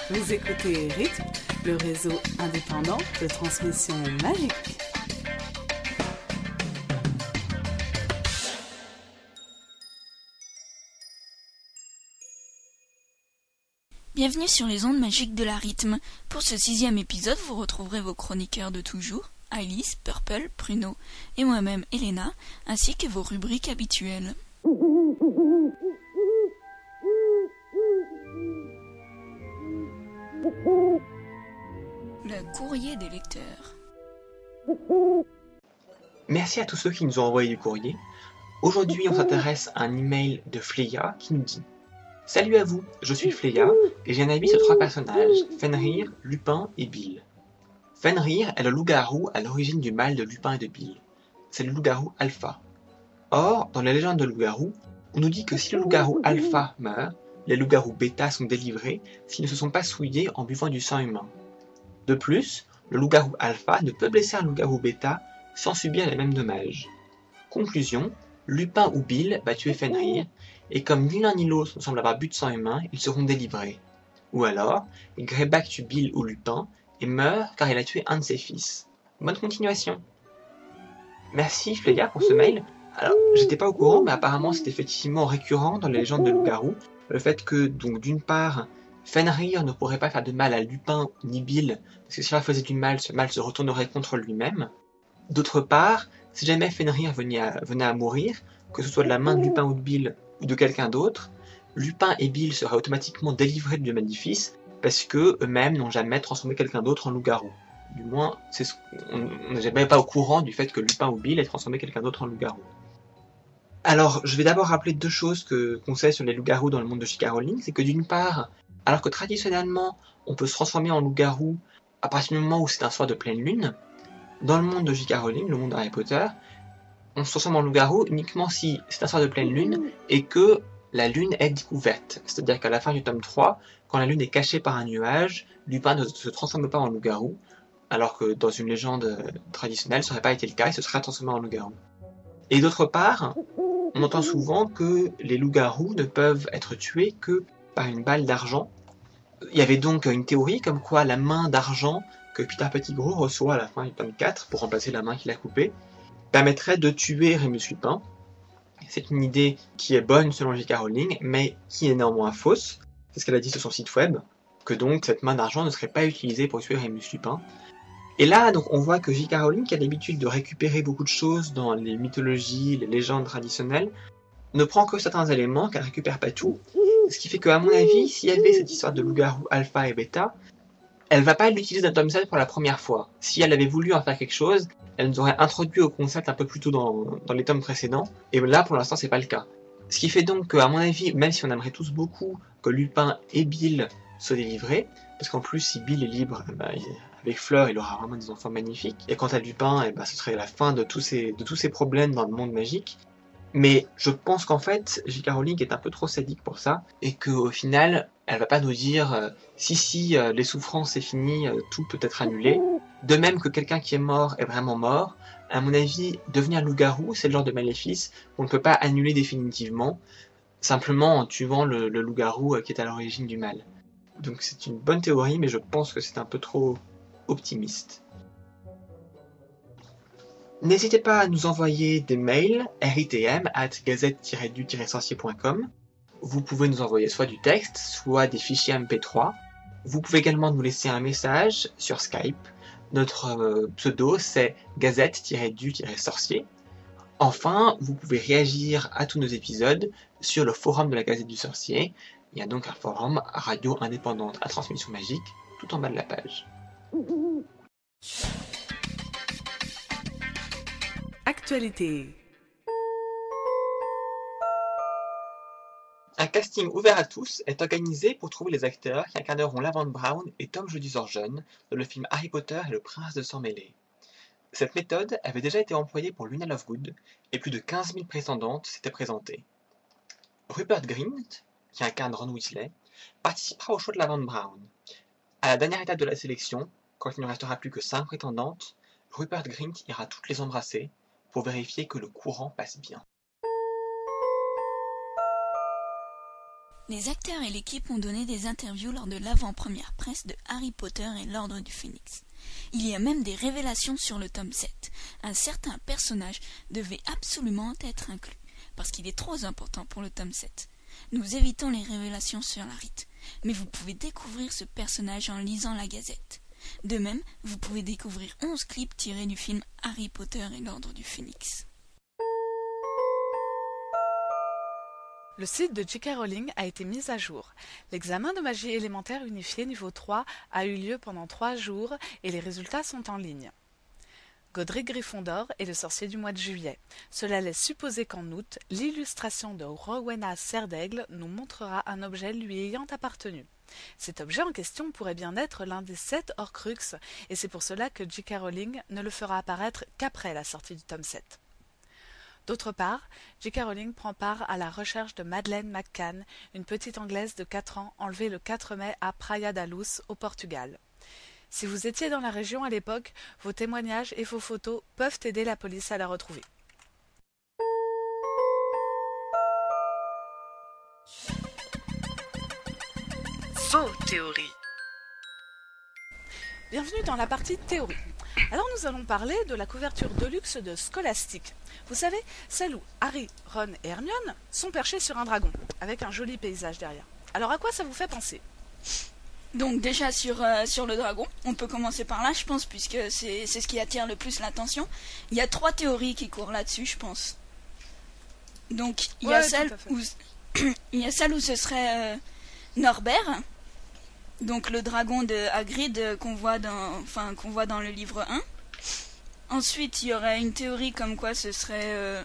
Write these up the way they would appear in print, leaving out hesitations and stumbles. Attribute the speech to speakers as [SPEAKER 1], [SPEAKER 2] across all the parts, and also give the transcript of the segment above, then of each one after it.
[SPEAKER 1] Vous écoutez Rythme, le réseau indépendant de transmission magique.
[SPEAKER 2] Bienvenue sur les ondes magiques de la rythme. Pour ce 6e épisode, vous retrouverez vos chroniqueurs de toujours, Alice, Purple, Pruno et moi-même, Elena, ainsi que vos rubriques habituelles. Le courrier des lecteurs.
[SPEAKER 3] Merci à tous ceux qui nous ont envoyé du courrier. Aujourd'hui, on s'intéresse à un email de Fleya qui nous dit « Salut à vous, je suis Fleya et j'ai un avis sur 3 personnages, Fenrir, Lupin et Bill. Fenrir est le loup-garou à l'origine du mal de Lupin et de Bill. C'est le loup-garou alpha. Or, dans la légende de loup-garou, on nous dit que si le loup-garou alpha meurt, les loups-garous bêta sont délivrés s'ils ne se sont pas souillés en buvant du sang humain. De plus, le loup-garou alpha ne peut blesser un loup-garou bêta sans subir les mêmes dommages. Conclusion, Lupin ou Bill va tuer Fenrir, et comme ni l'un ni l'autre ne semble avoir bu de sang humain, ils seront délivrés. Ou alors, Greyback tue Bill ou Lupin, et meurt car il a tué un de ses fils. Bonne continuation. Merci Fleya pour ce mail. Alors, j'étais pas au courant, mais apparemment c'est effectivement récurrent dans les légendes de loup-garou, le fait que, donc d'une part, Fenrir ne pourrait pas faire de mal à Lupin ni Bill, parce que s'il leur faisait du mal, ce mal se retournerait contre lui-même. D'autre part, si jamais Fenrir venait à mourir, que ce soit de la main de Lupin ou de Bill, ou de quelqu'un d'autre, Lupin et Bill seraient automatiquement délivrés du maléfice, parce que eux-mêmes n'ont jamais transformé quelqu'un d'autre en loup-garou. Du moins, on n'est jamais pas au courant du fait que Lupin ou Bill aient transformé quelqu'un d'autre en loup-garou. Alors, je vais d'abord rappeler 2 choses qu'on sait sur les loups-garous dans le monde de J.K. Rowling, c'est que d'une part, alors que traditionnellement, on peut se transformer en loup-garou à partir du moment où c'est un soir de pleine lune, dans le monde de J.K. Rowling, le monde d'Harry Potter, on se transforme en loup-garou uniquement si c'est un soir de pleine lune et que la lune est découverte. C'est-à-dire qu'à la fin du tome 3, quand la lune est cachée par un nuage, Lupin ne se transforme pas en loup-garou, alors que dans une légende traditionnelle, ça n'aurait pas été le cas, il se serait transformé en loup-garou. Et d'autre part, on entend souvent que les loups-garous ne peuvent être tués que par une balle d'argent. Il y avait donc une théorie comme quoi la main d'argent que Peter Pettigrew reçoit à la fin du tome 4 pour remplacer la main qu'il a coupée permettrait de tuer Remus Lupin. C'est une idée qui est bonne selon J.K. Rowling, mais qui est néanmoins fausse. C'est ce qu'elle a dit sur son site web, que donc cette main d'argent ne serait pas utilisée pour tuer Remus Lupin. Et là, donc, on voit que J.K. Rowling, qui a l'habitude de récupérer beaucoup de choses dans les mythologies, les légendes traditionnelles, ne prend que certains éléments, qu'elle récupère pas tout. Ce qui fait qu'à mon avis, s'il y avait cette histoire de loup-garou alpha et bêta, elle va pas l'utiliser dans le tome 7 pour la première fois. Si elle avait voulu en faire quelque chose, elle nous aurait introduit au concept un peu plus tôt dans les tomes précédents, et là pour l'instant c'est pas le cas. Ce qui fait donc qu'à mon avis, même si on aimerait tous beaucoup que Lupin et Bill soient délivrés, parce qu'en plus si Bill est libre, avec Fleur il aura vraiment des enfants magnifiques, et quant à Lupin, ce serait la fin de tous ces problèmes dans le monde magique. Mais je pense qu'en fait, J.K. Rowling est un peu trop sadique pour ça, et qu'au final, elle va pas nous dire si, les souffrances c'est fini, tout peut être annulé. De même que quelqu'un qui est mort est vraiment mort, à mon avis, devenir loup-garou, c'est le genre de maléfice qu'on ne peut pas annuler définitivement, simplement en tuant le loup-garou qui est à l'origine du mal. Donc c'est une bonne théorie, mais je pense que c'est un peu trop optimiste. N'hésitez pas à nous envoyer des mails ritm@gazette-du-sorcier.com. Vous pouvez nous envoyer soit du texte, soit des fichiers MP3. Vous pouvez également nous laisser un message sur Skype. Notre pseudo c'est gazette-du-sorcier. Enfin, vous pouvez réagir à tous nos épisodes sur le forum de la Gazette du Sorcier. Il y a donc un forum radio indépendante à transmission magique tout en bas de la page.
[SPEAKER 1] Actualité.
[SPEAKER 3] Un casting ouvert à tous est organisé pour trouver les acteurs qui incarneront Lavande Brown et Tom Jedusor-Jeune dans le film Harry Potter et le Prince de Sang Mêlé. Cette méthode avait déjà été employée pour Luna Lovegood et plus de 15 000 prétendantes s'étaient présentées. Rupert Grint, qui incarne Ron Weasley, participera au choix de Lavande Brown. À la dernière étape de la sélection, quand il ne restera plus que 5 prétendantes, Rupert Grint ira toutes les embrasser pour vérifier que le courant passe bien.
[SPEAKER 2] Les acteurs et l'équipe ont donné des interviews lors de l'avant-première presse de Harry Potter et l'Ordre du Phénix. Il y a même des révélations sur le tome 7. Un certain personnage devait absolument être inclus, parce qu'il est trop important pour le tome 7. Nous évitons les révélations sur la rite, mais vous pouvez découvrir ce personnage en lisant la Gazette. De même, vous pouvez découvrir 11 clips tirés du film Harry Potter et l'Ordre du Phénix.
[SPEAKER 4] Le site de J.K. Rowling a été mis à jour. L'examen de magie élémentaire unifié niveau 3 a eu lieu pendant 3 jours et les résultats sont en ligne. Godric Gryffondor est le sorcier du mois de juillet. Cela laisse supposer qu'en août, l'illustration de Rowena Serdaigle nous montrera un objet lui ayant appartenu. Cet objet en question pourrait bien être l'un des 7 Horcruxes, et c'est pour cela que J.K. Rowling ne le fera apparaître qu'après la sortie du tome 7. D'autre part, J.K. Rowling prend part à la recherche de Madeleine McCann, une petite Anglaise de 4 ans enlevée le 4 mai à Praia da Luz, au Portugal. Si vous étiez dans la région à l'époque, vos témoignages et vos photos peuvent aider la police à la retrouver. Faux théorie. Bienvenue dans la partie théorie. Alors nous allons parler de la couverture de luxe de Scholastic. Vous savez, celle où Harry, Ron et Hermione sont perchés sur un dragon, avec un joli paysage derrière. Alors à quoi ça vous fait penser ?
[SPEAKER 2] Donc déjà sur le dragon, on peut commencer par là je pense, puisque c'est ce qui attire le plus l'attention. Il y a 3 théories qui courent là-dessus je pense. Donc il y a celle où ce serait Norbert, donc le dragon de Hagrid qu'on voit dans le livre 1. Ensuite, il y aurait une théorie comme quoi ce serait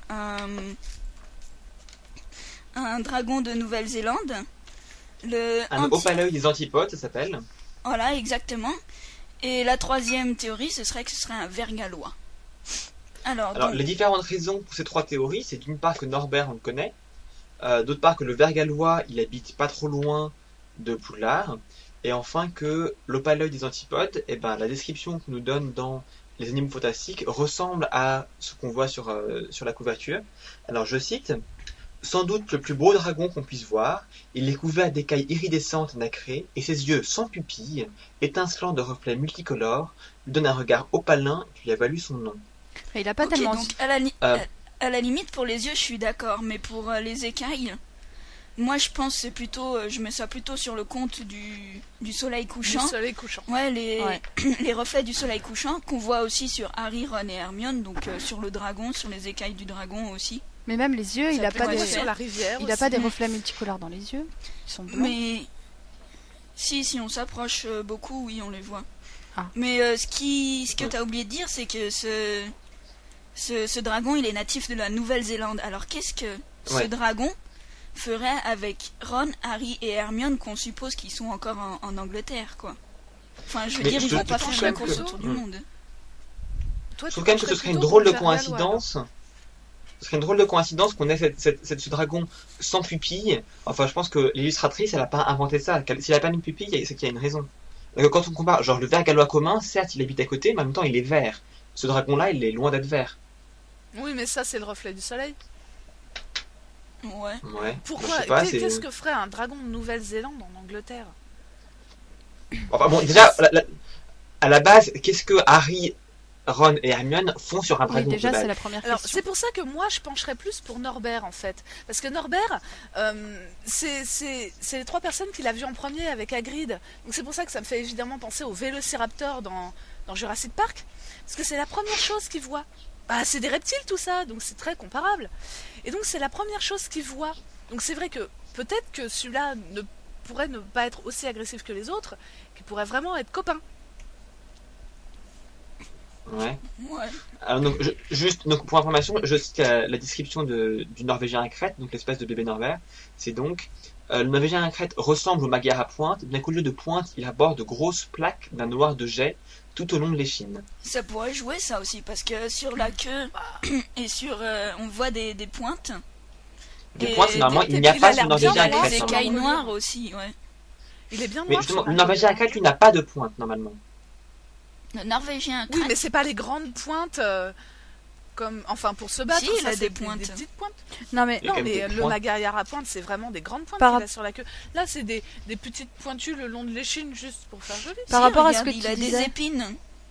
[SPEAKER 2] un dragon de Nouvelle-Zélande.
[SPEAKER 3] Un opalœil des antipodes, ça s'appelle.
[SPEAKER 2] Voilà, exactement. Et la 3e théorie, ce serait un vergallois. Alors donc...
[SPEAKER 3] les différentes raisons pour ces 3 théories, c'est d'une part que Norbert, on le connaît. D'autre part que le vergallois, il habite pas trop loin de Poudlard. Et enfin que l'opalœil des antipodes, la description qu'on nous donne dans les animaux fantastiques ressemble à ce qu'on voit sur la couverture. Alors je cite: « Sans doute le plus beau dragon qu'on puisse voir, il est couvert d'écailles iridescentes et nacrées, et ses yeux sans pupilles, étincelants de reflets multicolores, lui donnent un regard opalin qui lui a valu son nom. »
[SPEAKER 5] Mais il a pas tellement...
[SPEAKER 2] Donc à la limite pour les yeux je suis d'accord, mais pour les écailles... Moi, je pense c'est plutôt, je mets ça plutôt sur le compte du soleil couchant.
[SPEAKER 4] Du soleil couchant.
[SPEAKER 2] Ouais, les reflets du soleil couchant qu'on voit aussi sur Harry, Ron et Hermione, donc sur le dragon, sur les écailles du dragon aussi.
[SPEAKER 5] Mais même les yeux, il a pas des
[SPEAKER 4] sur la rivière.
[SPEAKER 5] Il a pas des reflets multicolores dans les yeux. Ils sont blancs.
[SPEAKER 2] Mais si on s'approche beaucoup, oui, on les voit.
[SPEAKER 5] Ah.
[SPEAKER 2] Mais ce que t'as oublié de dire, c'est que ce dragon, il est natif de la Nouvelle-Zélande. Alors qu'est-ce que ce dragon ferait avec Ron, Harry et Hermione, qu'on suppose qu'ils sont encore en Angleterre, quoi. Enfin, je veux dire, ils vont pas faire la course autour du monde.
[SPEAKER 3] Je trouve quand même que ce serait une drôle de coïncidence. Ce serait une drôle de coïncidence qu'on ait ce dragon sans pupille. Enfin, je pense que l'illustratrice, elle a pas inventé ça. S'il a pas mis de pupille, c'est qu'il y a une raison. Donc, quand on compare, genre le ver gallois commun, certes, il habite à côté, mais en même temps, il est vert. Ce dragon-là, il est loin d'être vert.
[SPEAKER 4] Oui, mais ça, c'est le reflet du soleil.
[SPEAKER 2] Ouais.
[SPEAKER 4] Pourquoi qu'est-ce que ferait un dragon de Nouvelle-Zélande en Angleterre?
[SPEAKER 3] Enfin bon, déjà, à la base, qu'est-ce que Harry, Ron et Hermione font sur un dragon?
[SPEAKER 5] Déjà, c'est la première question.
[SPEAKER 4] Alors, c'est pour ça que moi, je pencherais plus pour Norbert, en fait. Parce que Norbert, c'est les 3 personnes qu'il a vues en premier avec Hagrid. Donc c'est pour ça que ça me fait évidemment penser au Vélociraptor dans Jurassic Park. Parce que c'est la première chose qu'il voit. Bah, c'est des reptiles tout ça, donc c'est très comparable. Et donc c'est la première chose qu'il voit. Donc c'est vrai que peut-être que celui-là pourrait ne pas être aussi agressif que les autres, qu'il pourrait vraiment être copain.
[SPEAKER 3] Ouais. Alors donc pour information, je cite la description du Norvégien à crête, donc l'espèce de bébé Norbert. C'est donc le Norvégien à crête ressemble au magyar à pointe, bien qu'au lieu de pointe, il aborde de grosses plaques d'un noir de jet tout au long de l'échine.
[SPEAKER 2] Ça pourrait jouer ça aussi, parce que sur la queue et on voit des pointes.
[SPEAKER 3] Des pointes, normalement, il n'y a pas sur le Norvégien à crête.
[SPEAKER 2] Des écailles noires aussi, ouais.
[SPEAKER 4] Il est bien noir.
[SPEAKER 3] Mais justement, le Norvégien à crête, lui, n'a pas de pointe, normalement.
[SPEAKER 2] Le Norvégien à crête.
[SPEAKER 4] Oui, mais c'est pas les grandes pointes Enfin, pour se battre,
[SPEAKER 2] Si, il
[SPEAKER 4] ça,
[SPEAKER 2] a
[SPEAKER 4] c'est
[SPEAKER 2] des pointes.
[SPEAKER 4] des petites pointes.
[SPEAKER 5] Non, mais
[SPEAKER 3] Il y a quand même
[SPEAKER 4] Mais
[SPEAKER 3] des
[SPEAKER 4] le
[SPEAKER 3] points.
[SPEAKER 4] Magaillard à pointe, c'est vraiment des grandes pointes
[SPEAKER 5] Par
[SPEAKER 4] qu'il a sur la queue. Là, c'est des petites pointues le long de l'échine, juste pour faire joli.
[SPEAKER 5] Par
[SPEAKER 2] Si,
[SPEAKER 5] rapport à ce
[SPEAKER 2] regarde,
[SPEAKER 5] que
[SPEAKER 2] il
[SPEAKER 5] tu
[SPEAKER 2] a
[SPEAKER 5] disais.
[SPEAKER 2] des épines.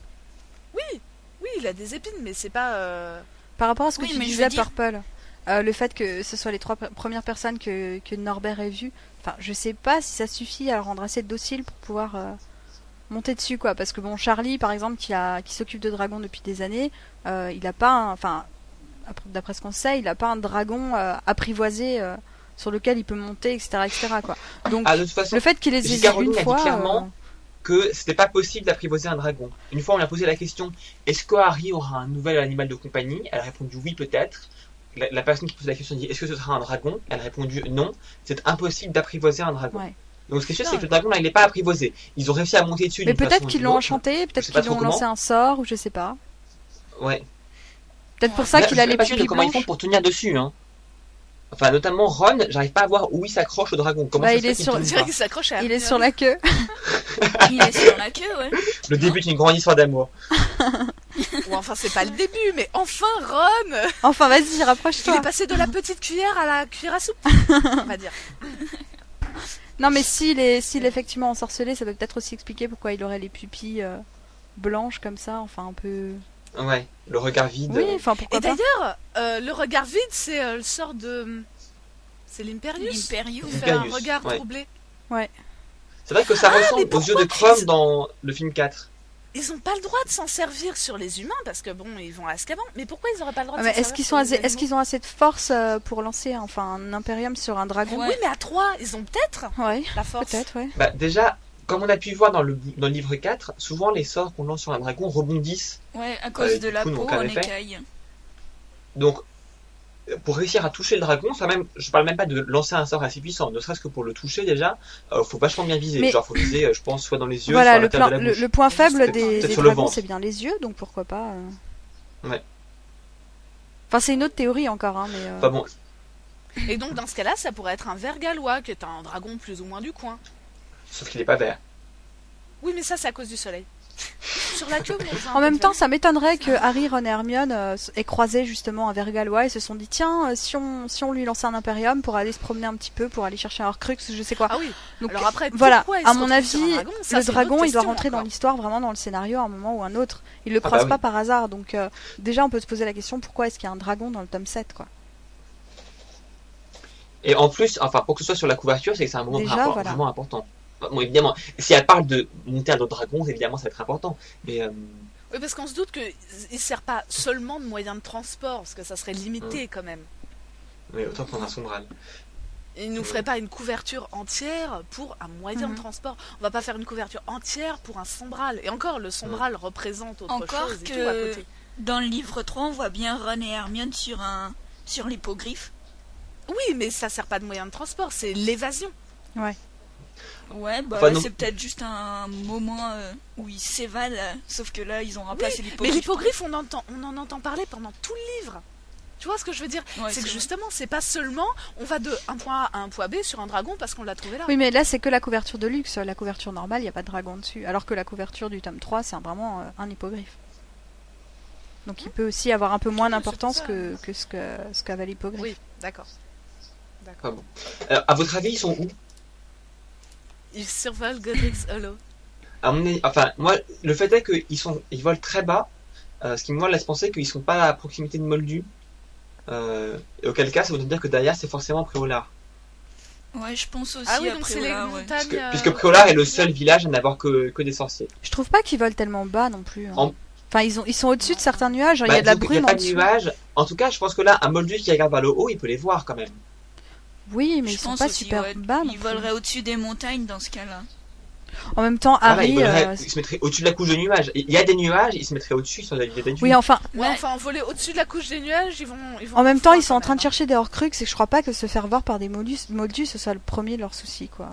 [SPEAKER 4] Oui, il a des épines, mais c'est pas...
[SPEAKER 5] Par rapport à ce que
[SPEAKER 2] Oui,
[SPEAKER 5] tu
[SPEAKER 2] mais je
[SPEAKER 5] disais,
[SPEAKER 2] veux dire-
[SPEAKER 5] Purple, le fait que ce soit les 3 premières personnes que Norbert ait vues, enfin, je sais pas si ça suffit à le rendre assez docile pour pouvoir monter dessus, quoi. Parce que bon, Charlie, par exemple, qui s'occupe de dragons depuis des années, il a pas, enfin, d'après ce qu'on sait, il a pas un dragon apprivoisé sur lequel il peut monter, etc., etc., quoi. Donc,
[SPEAKER 3] Ah, de toute façon,
[SPEAKER 5] le fait qu'il les ait
[SPEAKER 3] J.K.
[SPEAKER 5] vus
[SPEAKER 3] Rowling
[SPEAKER 5] une
[SPEAKER 3] a dit
[SPEAKER 5] fois,
[SPEAKER 3] clairement que c'était pas possible d'apprivoiser un dragon. Une fois, on lui a posé la question, est-ce que Harry aura un nouvel animal de compagnie? Elle a répondu oui, peut-être. La personne qui pose la question dit, est-ce que ce sera un dragon? Elle a répondu non, c'est impossible d'apprivoiser un dragon.
[SPEAKER 5] ouais.
[SPEAKER 3] Donc ce qui est sûr, c'est
[SPEAKER 4] Non.
[SPEAKER 3] que le dragon, là, il n'est pas apprivoisé. Ils ont réussi à monter dessus
[SPEAKER 5] Mais
[SPEAKER 3] d'une façon
[SPEAKER 5] peut-être
[SPEAKER 3] ou
[SPEAKER 5] qu'ils
[SPEAKER 3] d'une
[SPEAKER 5] l'ont
[SPEAKER 3] autre.
[SPEAKER 5] enchanté, peut-être
[SPEAKER 3] sais pas
[SPEAKER 5] qu'ils lui ont
[SPEAKER 3] trop
[SPEAKER 5] lancé
[SPEAKER 3] comment.
[SPEAKER 5] un sort, ou je sais pas.
[SPEAKER 3] Ouais.
[SPEAKER 5] Peut-être pour ça
[SPEAKER 3] Là,
[SPEAKER 5] qu'il
[SPEAKER 3] je
[SPEAKER 5] a
[SPEAKER 3] suis
[SPEAKER 5] les
[SPEAKER 3] pas sûr de
[SPEAKER 5] pupilles
[SPEAKER 3] comment ils font
[SPEAKER 5] blanches.
[SPEAKER 3] pour tenir dessus, hein. Enfin, notamment Ron, j'arrive pas à voir où il s'accroche au dragon. Comment
[SPEAKER 5] Bah,
[SPEAKER 3] ça
[SPEAKER 5] il
[SPEAKER 3] se fait
[SPEAKER 5] est
[SPEAKER 3] qu'il
[SPEAKER 5] sur-
[SPEAKER 3] tombe
[SPEAKER 4] On dirait
[SPEAKER 3] pas
[SPEAKER 4] qu'il s'accroche à
[SPEAKER 5] Il est
[SPEAKER 4] Hermione.
[SPEAKER 5] sur la queue.
[SPEAKER 2] Il est sur la queue, ouais.
[SPEAKER 3] Le début d'une grande histoire d'amour.
[SPEAKER 4] Ou enfin, c'est pas le début, mais enfin, Ron
[SPEAKER 5] Enfin, vas-y,
[SPEAKER 4] Il
[SPEAKER 5] rapproche-toi.
[SPEAKER 4] est passé de la petite cuillère à la cuillère à soupe, on va dire.
[SPEAKER 5] Non, mais s'il est effectivement ensorcelé, ça peut peut-être aussi expliquer pourquoi il aurait les pupilles blanches comme ça, enfin un peu.
[SPEAKER 3] Ouais, le regard vide.
[SPEAKER 5] Oui, enfin pourquoi
[SPEAKER 4] Et
[SPEAKER 5] pas.
[SPEAKER 4] d'ailleurs, le regard vide, c'est le sort de... C'est l'Imperius.
[SPEAKER 2] L'Imperius.
[SPEAKER 4] Il fait un
[SPEAKER 3] Imperius,
[SPEAKER 4] regard
[SPEAKER 3] ouais.
[SPEAKER 4] troublé.
[SPEAKER 3] C'est vrai que ça
[SPEAKER 4] mais
[SPEAKER 3] ressemble aux
[SPEAKER 4] pourquoi
[SPEAKER 3] yeux de Chrome dans le film 4.
[SPEAKER 4] Ils ont pas le droit de s'en servir sur les humains parce que bon, ils vont à Azkaban. Mais pourquoi ils auraient pas le droit
[SPEAKER 5] Ah,
[SPEAKER 4] de
[SPEAKER 5] mais
[SPEAKER 4] s'en
[SPEAKER 5] est-ce
[SPEAKER 4] servir
[SPEAKER 5] qu'ils
[SPEAKER 4] sur
[SPEAKER 5] sont
[SPEAKER 4] les
[SPEAKER 5] est-ce
[SPEAKER 4] animaux
[SPEAKER 5] qu'ils ont assez de force pour lancer enfin un impérium sur un dragon?
[SPEAKER 2] Ouais.
[SPEAKER 4] Oui, mais à 3, ils ont peut-être
[SPEAKER 5] Ouais,
[SPEAKER 4] la force.
[SPEAKER 5] peut-être, ouais.
[SPEAKER 3] Bah, déjà, comme on a pu voir dans le livre 4, souvent les sorts qu'on lance sur un dragon rebondissent.
[SPEAKER 2] Ouais, à cause de
[SPEAKER 3] du
[SPEAKER 2] la
[SPEAKER 3] coup,
[SPEAKER 2] peau
[SPEAKER 3] donc,
[SPEAKER 2] en
[SPEAKER 3] en effet.
[SPEAKER 2] écaille.
[SPEAKER 3] Donc, pour réussir à toucher le dragon, ça même, je parle même pas de lancer un sort assez puissant, ne serait-ce que pour le toucher déjà, faut vachement bien viser.
[SPEAKER 5] Mais-
[SPEAKER 3] Genre, faut viser, je pense, soit dans les yeux,
[SPEAKER 5] Voilà,
[SPEAKER 3] soit à
[SPEAKER 5] le,
[SPEAKER 3] l'intérieur
[SPEAKER 5] plan-
[SPEAKER 3] de la bouche.
[SPEAKER 5] le point faible
[SPEAKER 3] Peut-être
[SPEAKER 5] des
[SPEAKER 3] sur le
[SPEAKER 5] dragons,
[SPEAKER 3] ventre.
[SPEAKER 5] c'est bien les yeux, donc pourquoi pas.
[SPEAKER 3] Ouais.
[SPEAKER 5] Enfin, c'est une autre théorie encore, hein, mais.
[SPEAKER 3] Enfin bon,
[SPEAKER 4] Et donc dans ce cas-là, ça pourrait être un ver gallois qui est un dragon plus ou moins du coin.
[SPEAKER 3] sauf qu'il est pas vert.
[SPEAKER 4] Oui, mais ça, c'est à cause du soleil. Sur la queue, on voit un
[SPEAKER 5] En
[SPEAKER 4] peu
[SPEAKER 5] même
[SPEAKER 4] de
[SPEAKER 5] temps,
[SPEAKER 4] vert.
[SPEAKER 5] ça m'étonnerait que Harry, Ron et Hermione aient croisé justement un ver gallois et se sont dit tiens, si on lui lançait un impérium pour aller se promener un petit peu, pour aller chercher un Horcrux, je sais quoi.
[SPEAKER 4] Ah oui.
[SPEAKER 5] Donc
[SPEAKER 4] Alors après,
[SPEAKER 5] voilà,
[SPEAKER 4] pourquoi il
[SPEAKER 5] à
[SPEAKER 4] se
[SPEAKER 5] mon
[SPEAKER 4] retrouve sur un
[SPEAKER 5] avis,
[SPEAKER 4] dragon, ça,
[SPEAKER 5] le
[SPEAKER 4] c'est une
[SPEAKER 5] dragon
[SPEAKER 4] autre
[SPEAKER 5] il doit
[SPEAKER 4] question
[SPEAKER 5] rentrer dans
[SPEAKER 4] encore.
[SPEAKER 5] l'histoire vraiment dans le scénario à un moment ou un autre. Il le
[SPEAKER 3] Ah
[SPEAKER 5] croise
[SPEAKER 3] bah
[SPEAKER 5] pas
[SPEAKER 3] oui.
[SPEAKER 5] par hasard, donc déjà on peut se poser la question pourquoi est-ce qu'il y a un dragon dans le tome 7 quoi.
[SPEAKER 3] Et en plus, enfin, pour que ce soit sur la couverture, c'est que c'est un moment
[SPEAKER 5] Déjà, voilà.
[SPEAKER 3] vraiment important. Bon, évidemment, si elle parle de monter un autre dragon, évidemment, ça va être important. Mais
[SPEAKER 4] Oui, parce qu'on se doute qu'il ne sert pas seulement de moyen de transport, parce que ça serait limité quand même.
[SPEAKER 3] mais autant prendre un sombral.
[SPEAKER 4] Il nous ferait pas une couverture entière pour un moyen de transport. On va pas faire une couverture entière pour un sombral. Et encore, le sombral représente autre
[SPEAKER 2] Encore
[SPEAKER 4] chose et
[SPEAKER 2] que-
[SPEAKER 4] tout à côté.
[SPEAKER 2] Dans le livre 3, on voit bien Ron et Hermione sur l'hippogriffe.
[SPEAKER 4] Oui, mais ça sert pas de moyen de transport, c'est l'évasion.
[SPEAKER 2] Ouais, bah
[SPEAKER 3] Enfin,
[SPEAKER 2] là,
[SPEAKER 3] non.
[SPEAKER 2] c'est peut-être juste un moment où ils s'évadent, sauf que là, ils ont remplacé
[SPEAKER 4] Mais
[SPEAKER 2] l'hippogriffe.
[SPEAKER 4] l'hippogriffe, on en entend parler pendant tout le livre. Tu vois ce que je veux dire?
[SPEAKER 2] Ouais,
[SPEAKER 4] C'est que
[SPEAKER 2] vrai.
[SPEAKER 4] justement, c'est pas seulement on va de un point A à un point B sur un dragon parce qu'on l'a trouvé là.
[SPEAKER 5] Oui mais là c'est que la couverture de luxe, la couverture normale il n'y a pas de dragon dessus, alors que la couverture du tome 3 c'est vraiment un hippogriffe. Donc il peut aussi avoir un peu moins
[SPEAKER 4] Oui, c'est
[SPEAKER 5] d'importance
[SPEAKER 4] pour ça.
[SPEAKER 5] que ce qu'avait l'hippogriffe.
[SPEAKER 4] Oui, d'accord.
[SPEAKER 3] Enfin bon. À votre avis, ils sont où?
[SPEAKER 4] Il survole Godric's Hollow.
[SPEAKER 3] Enfin, moi, le fait est qu'ils volent très bas, ce qui moi laisse penser qu'ils sont pas à proximité de Moldu. Et auquel cas, ça voudrait dire que derrière, c'est forcément Préolard.
[SPEAKER 2] Ouais, je pense aussi
[SPEAKER 4] Ah oui,
[SPEAKER 2] à
[SPEAKER 4] donc c'est les
[SPEAKER 2] Préolard, ouais.
[SPEAKER 4] montagnes.
[SPEAKER 3] Puisque Préolard est le seul village à n'avoir que des sorciers.
[SPEAKER 5] Je trouve pas qu'ils volent tellement bas non plus. hein.
[SPEAKER 3] En-
[SPEAKER 5] Enfin ils sont au-dessus de certains nuages, genre, il y a de la
[SPEAKER 3] disons qu'il
[SPEAKER 5] brume
[SPEAKER 3] y a
[SPEAKER 5] en
[SPEAKER 3] pas de
[SPEAKER 5] dessous.
[SPEAKER 3] nuages. En tout cas, je pense que là, un Moldu qui regarde vers le haut, il peut les voir quand même.
[SPEAKER 5] Oui mais
[SPEAKER 2] Je
[SPEAKER 5] ils sont
[SPEAKER 2] pense
[SPEAKER 5] pas
[SPEAKER 2] aussi,
[SPEAKER 5] super
[SPEAKER 2] ouais.
[SPEAKER 5] bas. non
[SPEAKER 2] Ils
[SPEAKER 5] plus.
[SPEAKER 2] voleraient au-dessus des montagnes dans ce cas-là.
[SPEAKER 5] En même temps
[SPEAKER 3] Voilà,
[SPEAKER 5] Harry...
[SPEAKER 3] ils se mettraient au-dessus de la couche de nuages. Il y a des nuages, ils se mettraient au-dessus sur la ligne de
[SPEAKER 5] Oui enfin
[SPEAKER 4] Ouais, enfin, voler au-dessus de la couche des nuages, ils vont
[SPEAKER 5] en même temps
[SPEAKER 4] fort
[SPEAKER 5] ils sont
[SPEAKER 4] quand
[SPEAKER 5] en train
[SPEAKER 4] même,
[SPEAKER 5] de chercher des Horcrux et je crois pas que se faire voir par des moldus ce soit le premier de leurs soucis quoi.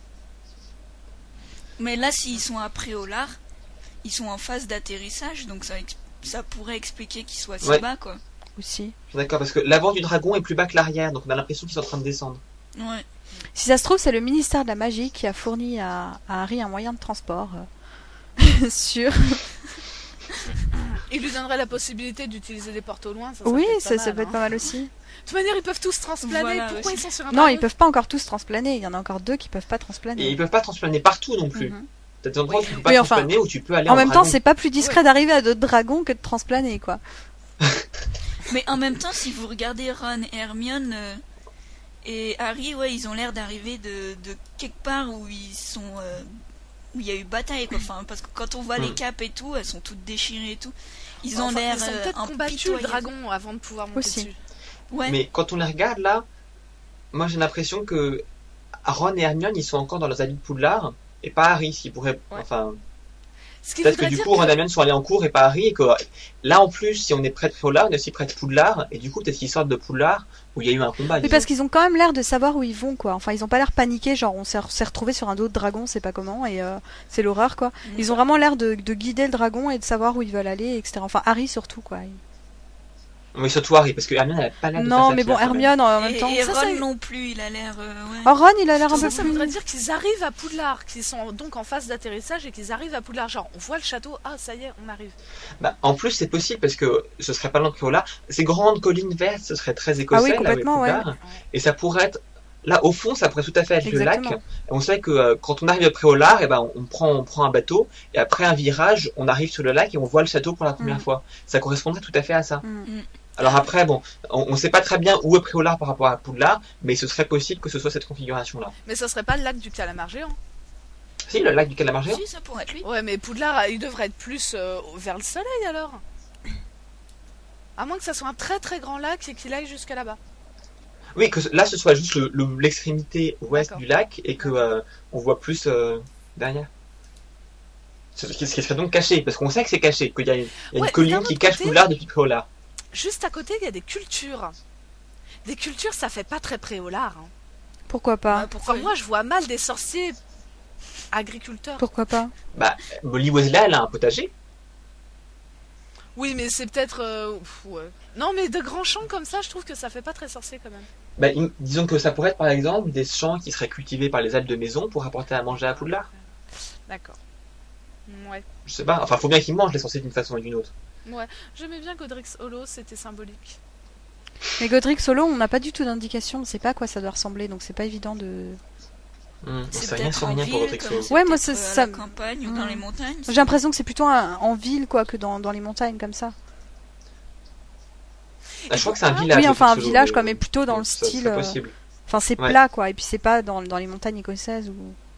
[SPEAKER 2] Mais là, s'ils sont à Préolard, ils sont en phase d'atterrissage, donc ça pourrait expliquer qu'ils soient si
[SPEAKER 3] Ouais.
[SPEAKER 2] bas, quoi.
[SPEAKER 5] Aussi.
[SPEAKER 3] Je suis d'accord, parce que l'avant du dragon est plus bas que l'arrière, donc on a l'impression qu'ils sont en train de descendre.
[SPEAKER 2] Ouais.
[SPEAKER 5] Si ça se trouve, c'est le ministère de la Magie qui a fourni à Harry un moyen de transport sûr.
[SPEAKER 4] Il lui donnerait la possibilité d'utiliser des portes au loin. Ça
[SPEAKER 5] Oui,
[SPEAKER 4] peut être pas
[SPEAKER 5] ça
[SPEAKER 4] mal,
[SPEAKER 5] peut être
[SPEAKER 4] hein.
[SPEAKER 5] pas mal aussi.
[SPEAKER 4] De toute manière, ils peuvent tous transplaner.
[SPEAKER 2] Voilà,
[SPEAKER 4] Pourquoi
[SPEAKER 2] aussi.
[SPEAKER 4] ils sont sur un
[SPEAKER 5] Non,
[SPEAKER 4] dragon?
[SPEAKER 5] ils peuvent pas encore tous transplaner. Il y en a encore 2 qui peuvent pas
[SPEAKER 3] Et
[SPEAKER 5] transplaner.
[SPEAKER 3] ils peuvent pas transplaner partout non plus.
[SPEAKER 5] Mhm.
[SPEAKER 3] T'as des endroits où tu peux pas
[SPEAKER 5] Oui, enfin,
[SPEAKER 3] transplaner, où tu peux aller
[SPEAKER 5] En même temps,
[SPEAKER 3] dragon.
[SPEAKER 5] c'est pas plus discret d'arriver à d'autres dragons que de transplaner, quoi.
[SPEAKER 2] Mais en même temps, si vous regardez Ron et Hermione et Harry, ouais, ils ont l'air d'arriver de quelque part où ils sont, où il y a eu bataille, quoi. Enfin, parce que quand on voit les capes et tout, elles sont toutes déchirées et tout. Ils ont
[SPEAKER 4] Enfin,
[SPEAKER 2] l'air
[SPEAKER 4] ils ont peut-être combattu le
[SPEAKER 2] impitoyables.
[SPEAKER 4] dragon avant de pouvoir monter
[SPEAKER 5] Aussi.
[SPEAKER 4] dessus.
[SPEAKER 2] Ouais.
[SPEAKER 3] Mais quand on les regarde là, moi j'ai l'impression que Ron et Hermione ils sont encore dans leurs habits de Poudlard et pas Harry, ce qui pourrait.
[SPEAKER 4] Ouais.
[SPEAKER 3] Enfin,
[SPEAKER 4] Ce qui
[SPEAKER 3] peut-être que
[SPEAKER 4] voudrait
[SPEAKER 3] du
[SPEAKER 4] dire
[SPEAKER 3] coup Ron et Hermione sont allés en cours et pas Harry et que là en plus si on est près de Préolard, on est aussi près de Poudlard et du coup peut-être qu'ils sortent de Poudlard où il y a eu un combat.
[SPEAKER 5] Oui,
[SPEAKER 3] disons.
[SPEAKER 5] parce qu'ils ont quand même l'air de savoir où ils vont, quoi. Enfin, ils ont pas l'air paniqués, genre on s'est retrouvé sur un autre dragon, c'est pas comment, et c'est l'horreur, quoi. Ils ont vraiment l'air de guider le dragon et de savoir où ils veulent aller, etc. Enfin, Harry surtout, quoi.
[SPEAKER 3] Oui, surtout Harry parce que Hermione elle a pas l'air de faire
[SPEAKER 5] Non,
[SPEAKER 3] ça
[SPEAKER 5] mais bon,
[SPEAKER 3] fière, quand même.
[SPEAKER 5] Hermione en même
[SPEAKER 2] Et,
[SPEAKER 5] temps.
[SPEAKER 2] et
[SPEAKER 4] Ça,
[SPEAKER 2] Ron
[SPEAKER 4] c'est-
[SPEAKER 2] non plus, il a l'air. Ouais.
[SPEAKER 5] Oh, Ron, il a l'air un
[SPEAKER 4] Tout
[SPEAKER 5] peu
[SPEAKER 4] ça
[SPEAKER 5] plus.
[SPEAKER 4] voudrait dire qu'ils arrivent à Poudlard, qu'ils sont donc en phase d'atterrissage et qu'ils arrivent à Poudlard. Genre, on voit le château, ah ça y est, on arrive.
[SPEAKER 3] Bah, en plus c'est possible parce que ce serait pas loin de Préolard. Ces grandes collines vertes ce serait très écossais
[SPEAKER 5] Ah oui,
[SPEAKER 3] là où est
[SPEAKER 5] complètement, ouais.
[SPEAKER 3] Poudlard. Et ça pourrait être là au fond ça pourrait tout à fait être
[SPEAKER 5] Exactement.
[SPEAKER 3] le lac. Et on sait que quand on arrive à Préolard, et ben on prend un bateau et après un virage on arrive sur le lac et on voit le château pour la première
[SPEAKER 5] Mm.
[SPEAKER 3] fois. Ça correspondrait tout à fait à ça.
[SPEAKER 5] Mm.
[SPEAKER 3] Alors après bon, on sait pas très bien où est Préolard par rapport à Poudlard, mais ce serait possible que ce soit cette configuration là.
[SPEAKER 4] Mais ça serait pas le lac du calamar géant.
[SPEAKER 3] Si le lac du calamar géant.
[SPEAKER 2] Si, ça pourrait être lui.
[SPEAKER 4] Ouais, mais Poudlard, il devrait être plus vers le soleil alors. À moins que ça soit un très très grand lac et qu'il aille jusqu'à là-bas.
[SPEAKER 3] Oui, que là ce soit juste l'extrémité ouest
[SPEAKER 4] D'accord.
[SPEAKER 3] du lac et que on voit plus derrière. Ce qui serait donc caché, parce qu'on sait que c'est caché, qu'il y a une
[SPEAKER 4] Ouais,
[SPEAKER 3] colline
[SPEAKER 4] d'un
[SPEAKER 3] qui
[SPEAKER 4] autre
[SPEAKER 3] cache
[SPEAKER 4] côté-
[SPEAKER 3] Poudlard depuis Préolard.
[SPEAKER 4] Juste à côté, il y a des cultures. Des cultures, ça fait pas très préolard. Hein.
[SPEAKER 5] Pourquoi pas
[SPEAKER 2] Pourquoi
[SPEAKER 4] Enfin, moi, je vois mal des sorciers agriculteurs.
[SPEAKER 5] Pourquoi pas
[SPEAKER 3] Bah, Molly Weasley, elle a un potager.
[SPEAKER 4] Oui, mais c'est peut-être... ouais. Non, mais de grands champs comme ça, je trouve que ça fait pas très sorcier quand même.
[SPEAKER 3] Bah, disons que ça pourrait être par exemple des champs qui seraient cultivés par les Alpes de maison pour apporter à manger à Poudlard.
[SPEAKER 4] D'accord. Ouais.
[SPEAKER 3] Je sais pas, enfin faut bien qu'ils mangent les sorciers d'une façon ou d'une autre.
[SPEAKER 4] Ouais. J'aimais bien Godric's Hollow, c'était symbolique.
[SPEAKER 5] Mais Godric Solo, on n'a pas du tout d'indication, on sait pas à quoi ça doit ressembler, donc c'est pas évident de.
[SPEAKER 3] On
[SPEAKER 2] C'est
[SPEAKER 3] sait rien
[SPEAKER 2] peut-être
[SPEAKER 3] sur
[SPEAKER 2] en
[SPEAKER 3] rien pour
[SPEAKER 2] ville,
[SPEAKER 3] votre
[SPEAKER 2] comme
[SPEAKER 3] exo.
[SPEAKER 2] c'est
[SPEAKER 5] Ouais, moi,
[SPEAKER 2] peut-être,
[SPEAKER 5] ça-
[SPEAKER 2] à la campagne ou dans
[SPEAKER 5] Mm.
[SPEAKER 2] les montagnes.
[SPEAKER 5] J'ai l'impression que c'est plutôt en ville, quoi, que dans les montagnes, comme ça.
[SPEAKER 3] Ah, je crois que c'est un village.
[SPEAKER 5] Oui, enfin, un
[SPEAKER 3] Solo,
[SPEAKER 5] village, quoi, mais plutôt dans le
[SPEAKER 3] ça
[SPEAKER 5] style.
[SPEAKER 3] serait possible.
[SPEAKER 5] Enfin, c'est
[SPEAKER 3] Ouais.
[SPEAKER 5] plat, quoi, et puis c'est pas dans les montagnes écossaises ou.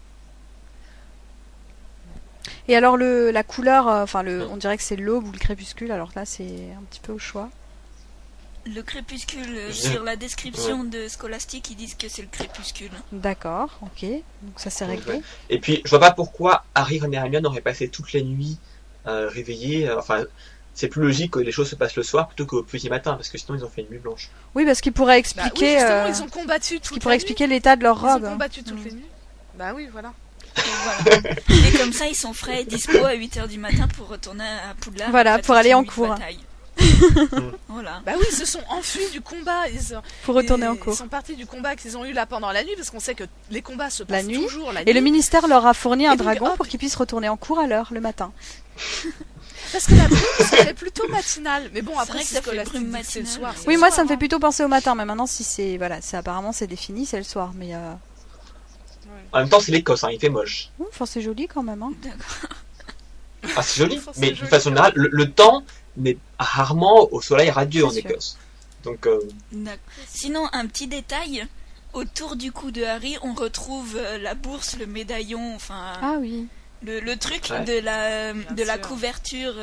[SPEAKER 5] Et alors la couleur, enfin on dirait que c'est l'aube ou le crépuscule. Alors là, c'est un petit peu au choix.
[SPEAKER 2] Le crépuscule,
[SPEAKER 3] Je-
[SPEAKER 2] sur la description de Scholastic, ils disent que c'est le crépuscule.
[SPEAKER 5] D'accord, ok. Donc ça c'est réglé.
[SPEAKER 3] Ouais. Et puis je vois pas pourquoi Harry, Ron et Hermione auraient passé toute la nuit réveillés. Enfin, c'est plus logique que les choses se passent le soir plutôt qu'au petit matin, parce que sinon ils ont fait une nuit blanche.
[SPEAKER 5] Oui, parce qu'il pourrait
[SPEAKER 4] Bah oui,
[SPEAKER 5] expliquer.
[SPEAKER 4] justement, ils ont combattu toute
[SPEAKER 5] qui
[SPEAKER 4] la
[SPEAKER 5] pourrait
[SPEAKER 4] nuit.
[SPEAKER 5] expliquer l'état de leur
[SPEAKER 4] Ils ont
[SPEAKER 5] robe.
[SPEAKER 4] combattu toutes
[SPEAKER 5] Mm.
[SPEAKER 4] les nuits. Bah oui, voilà.
[SPEAKER 2] Et voilà. Et comme ça, ils sont frais et dispo à 8h du matin pour retourner à Poudlard.
[SPEAKER 5] Voilà,
[SPEAKER 2] après
[SPEAKER 5] pour
[SPEAKER 2] toute
[SPEAKER 5] aller
[SPEAKER 2] une
[SPEAKER 5] en
[SPEAKER 2] nuit de
[SPEAKER 5] cours.
[SPEAKER 2] bataille. Voilà.
[SPEAKER 4] Bah oui, ils se sont enfuis du combat.
[SPEAKER 5] Pour retourner en
[SPEAKER 4] Ils
[SPEAKER 5] cours.
[SPEAKER 4] sont partis du combat qu'ils ont eu là pendant la nuit, parce qu'on sait que les combats se
[SPEAKER 5] La
[SPEAKER 4] passent
[SPEAKER 5] nuit.
[SPEAKER 4] toujours la
[SPEAKER 5] Et le
[SPEAKER 4] nuit.
[SPEAKER 5] ministère leur a fourni un
[SPEAKER 4] Et donc,
[SPEAKER 5] dragon
[SPEAKER 4] hop.
[SPEAKER 5] pour qu'ils puissent retourner en cours à l'heure le matin.
[SPEAKER 4] Parce que la brume, ça fait plutôt matinale. Mais bon,
[SPEAKER 2] C'est
[SPEAKER 4] après,
[SPEAKER 2] vrai que
[SPEAKER 4] c'est
[SPEAKER 2] ça
[SPEAKER 4] ce que
[SPEAKER 2] fait
[SPEAKER 4] la
[SPEAKER 2] brume
[SPEAKER 4] brume c'est le
[SPEAKER 2] matinale.
[SPEAKER 4] soir. c'est
[SPEAKER 5] Oui,
[SPEAKER 4] le
[SPEAKER 5] moi
[SPEAKER 4] soir,
[SPEAKER 5] ça me fait
[SPEAKER 4] hein.
[SPEAKER 5] plutôt penser au matin, mais maintenant si c'est apparemment c'est défini, c'est le soir. Mais
[SPEAKER 3] En même temps, c'est l'Écosse, hein, il fait moche.
[SPEAKER 5] enfin c'est joli quand même. Hein.
[SPEAKER 2] D'accord.
[SPEAKER 3] Ah, c'est joli,
[SPEAKER 4] Enfin, c'est
[SPEAKER 3] mais de
[SPEAKER 4] joli.
[SPEAKER 3] façon générale, le temps n'est rarement au soleil radieux en
[SPEAKER 5] C'est sûr.
[SPEAKER 3] Écosse. Donc,
[SPEAKER 2] D'accord. Sinon, un petit détail. Autour du cou de Harry, on retrouve la bourse, le médaillon, enfin
[SPEAKER 5] Ah oui.
[SPEAKER 2] le truc
[SPEAKER 3] Ouais.
[SPEAKER 2] de la
[SPEAKER 4] sûr.
[SPEAKER 2] couverture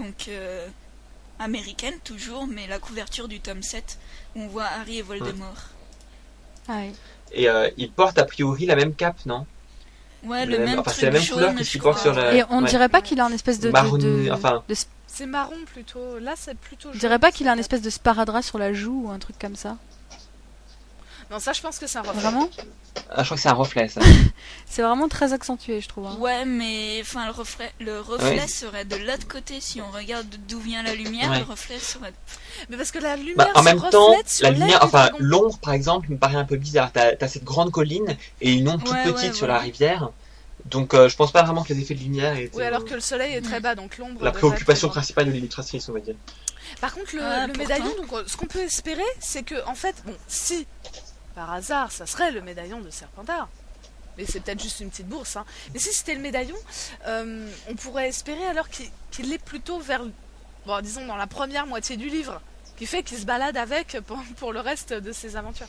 [SPEAKER 2] américaine toujours, mais la couverture du tome 7 où on voit Harry et Voldemort.
[SPEAKER 5] Ah oui.
[SPEAKER 3] et il porte a priori la même cape, non?
[SPEAKER 2] Ouais,
[SPEAKER 3] Le
[SPEAKER 2] le
[SPEAKER 3] même-
[SPEAKER 2] même
[SPEAKER 3] enfin,
[SPEAKER 2] truc
[SPEAKER 3] c'est la même
[SPEAKER 2] jaune,
[SPEAKER 3] couleur que
[SPEAKER 2] je
[SPEAKER 3] ce qu'il porte
[SPEAKER 2] crois.
[SPEAKER 3] sur la-
[SPEAKER 5] Et on
[SPEAKER 3] ouais.
[SPEAKER 5] dirait pas qu'il a un espèce de
[SPEAKER 3] Marronné, enfin.
[SPEAKER 4] C'est marron plutôt. Là, c'est plutôt.
[SPEAKER 5] Je
[SPEAKER 4] jaune,
[SPEAKER 5] dirais pas qu'il a un
[SPEAKER 4] c'est
[SPEAKER 5] espèce de sparadrap sur la joue ou un truc comme ça.
[SPEAKER 4] Non, ça, je pense que c'est un reflet.
[SPEAKER 5] Vraiment
[SPEAKER 3] Ah, je crois que c'est un reflet, ça.
[SPEAKER 5] C'est vraiment très accentué, je trouve. Hein.
[SPEAKER 2] Ouais, mais enfin le reflet
[SPEAKER 3] Ouais.
[SPEAKER 2] serait de l'autre côté. Si on regarde d'où vient la lumière,
[SPEAKER 3] Ouais.
[SPEAKER 2] le reflet serait.
[SPEAKER 4] Mais parce que la lumière
[SPEAKER 3] Bah, en
[SPEAKER 4] se
[SPEAKER 3] même
[SPEAKER 4] reflète
[SPEAKER 3] temps,
[SPEAKER 4] sur
[SPEAKER 3] la
[SPEAKER 4] l'aile
[SPEAKER 3] lumière,
[SPEAKER 4] du
[SPEAKER 3] enfin,
[SPEAKER 4] dragon.
[SPEAKER 3] l'ombre, par exemple, me paraît un peu bizarre. T'as cette grande colline et une ombre toute
[SPEAKER 2] Ouais,
[SPEAKER 3] petite
[SPEAKER 2] ouais,
[SPEAKER 3] sur
[SPEAKER 2] voilà.
[SPEAKER 3] la rivière. Donc je pense pas vraiment que les effets de lumière étaient
[SPEAKER 4] Oui, alors que le soleil est très bas, donc l'ombre.
[SPEAKER 3] la
[SPEAKER 4] devrait
[SPEAKER 3] préoccupation
[SPEAKER 4] être très
[SPEAKER 3] principale de l'illustratrice, on va dire.
[SPEAKER 4] grande. Par contre, le
[SPEAKER 2] pourtant.
[SPEAKER 4] médaillon, donc ce qu'on peut espérer, c'est que, en fait, bon, si par hasard, ça serait le médaillon de Serpentard. Mais c'est peut-être juste une petite bourse. Hein. Mais si c'était le médaillon, on pourrait espérer alors qu'il est plutôt vers, bon, disons, dans la première moitié du livre, qui fait qu'il se balade avec pour le reste de ses aventures.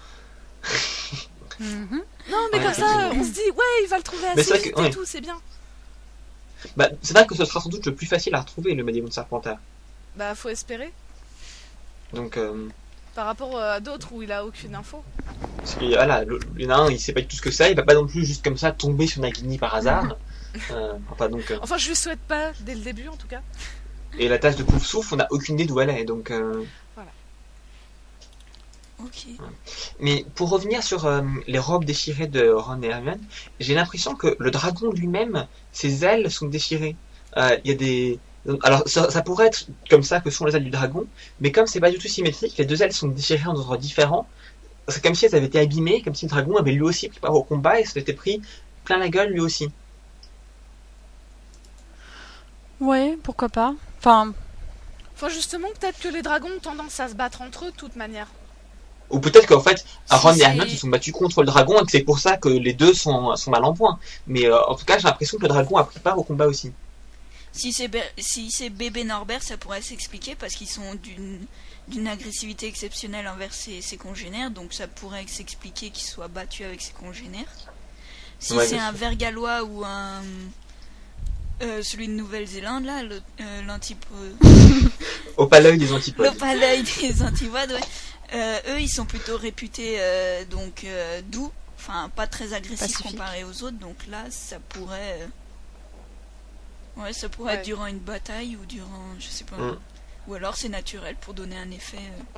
[SPEAKER 5] Mhm.
[SPEAKER 4] Non, mais
[SPEAKER 3] Ouais,
[SPEAKER 4] comme ça,
[SPEAKER 3] effectivement.
[SPEAKER 4] on se dit, ouais, il va le trouver
[SPEAKER 3] Mais
[SPEAKER 4] assez
[SPEAKER 3] c'est vrai
[SPEAKER 4] vite
[SPEAKER 3] que-
[SPEAKER 4] et
[SPEAKER 3] ouais.
[SPEAKER 4] tout, c'est bien.
[SPEAKER 3] Bah, c'est vrai que ce sera sans doute le plus facile à retrouver, le médaillon de Serpentard.
[SPEAKER 4] Bah, faut espérer.
[SPEAKER 3] Donc,
[SPEAKER 4] Par rapport à d'autres où il a aucune info.
[SPEAKER 3] parce que, voilà, il y en a un, il sait pas du tout ce que c'est, il va pas non plus juste comme ça tomber sur Nagini par hasard. Enfin, donc,
[SPEAKER 4] Enfin, je lui souhaite pas dès le début, en tout cas.
[SPEAKER 3] et la tasse de Poufsouffle, on n'a aucune idée d'où elle est, donc.
[SPEAKER 2] Ok.
[SPEAKER 3] Mais pour revenir sur les robes déchirées de Ron et Hermione, j'ai l'impression que le dragon lui-même, ses ailes sont déchirées. Il y a des... Alors ça pourrait être comme ça que sont les ailes du dragon, mais comme c'est pas du tout symétrique, les deux ailes sont déchirées en endroits différents. C'est comme si elles avaient été abîmées, comme si le dragon avait lui aussi pris part au combat et s'était pris plein la gueule lui aussi.
[SPEAKER 5] Ouais, pourquoi pas. Enfin,
[SPEAKER 4] Enfin, justement, peut-être que les dragons ont tendance à se battre entre eux, de toute manière.
[SPEAKER 3] Ou peut-être qu'en fait,
[SPEAKER 2] Si
[SPEAKER 3] Ron et
[SPEAKER 2] c'est-
[SPEAKER 3] Hermione se sont battus contre le dragon et que c'est pour ça que les deux sont mal en point. Mais en tout cas, j'ai l'impression que le dragon a pris part au combat aussi.
[SPEAKER 2] Si c'est bébé Norbert, ça pourrait s'expliquer parce qu'ils sont d'une agressivité exceptionnelle envers ses congénères, donc ça pourrait s'expliquer qu'il soit battu avec ses congénères. Si
[SPEAKER 3] Ouais,
[SPEAKER 2] c'est
[SPEAKER 3] bien
[SPEAKER 2] un
[SPEAKER 3] sûr.
[SPEAKER 2] Vergalois ou un celui de Nouvelle-Zélande là,
[SPEAKER 3] Au pas l'œil des antipodes.
[SPEAKER 2] l'opalœil des antipodes, ouais. Eux ils sont plutôt réputés doux, enfin pas très agressifs
[SPEAKER 5] Pacifique.
[SPEAKER 2] comparés aux autres, donc là ça pourrait ça pourrait
[SPEAKER 4] Ouais.
[SPEAKER 2] être durant une bataille ou durant je sais pas.
[SPEAKER 3] Mm.
[SPEAKER 2] Ou alors c'est naturel pour donner un effet.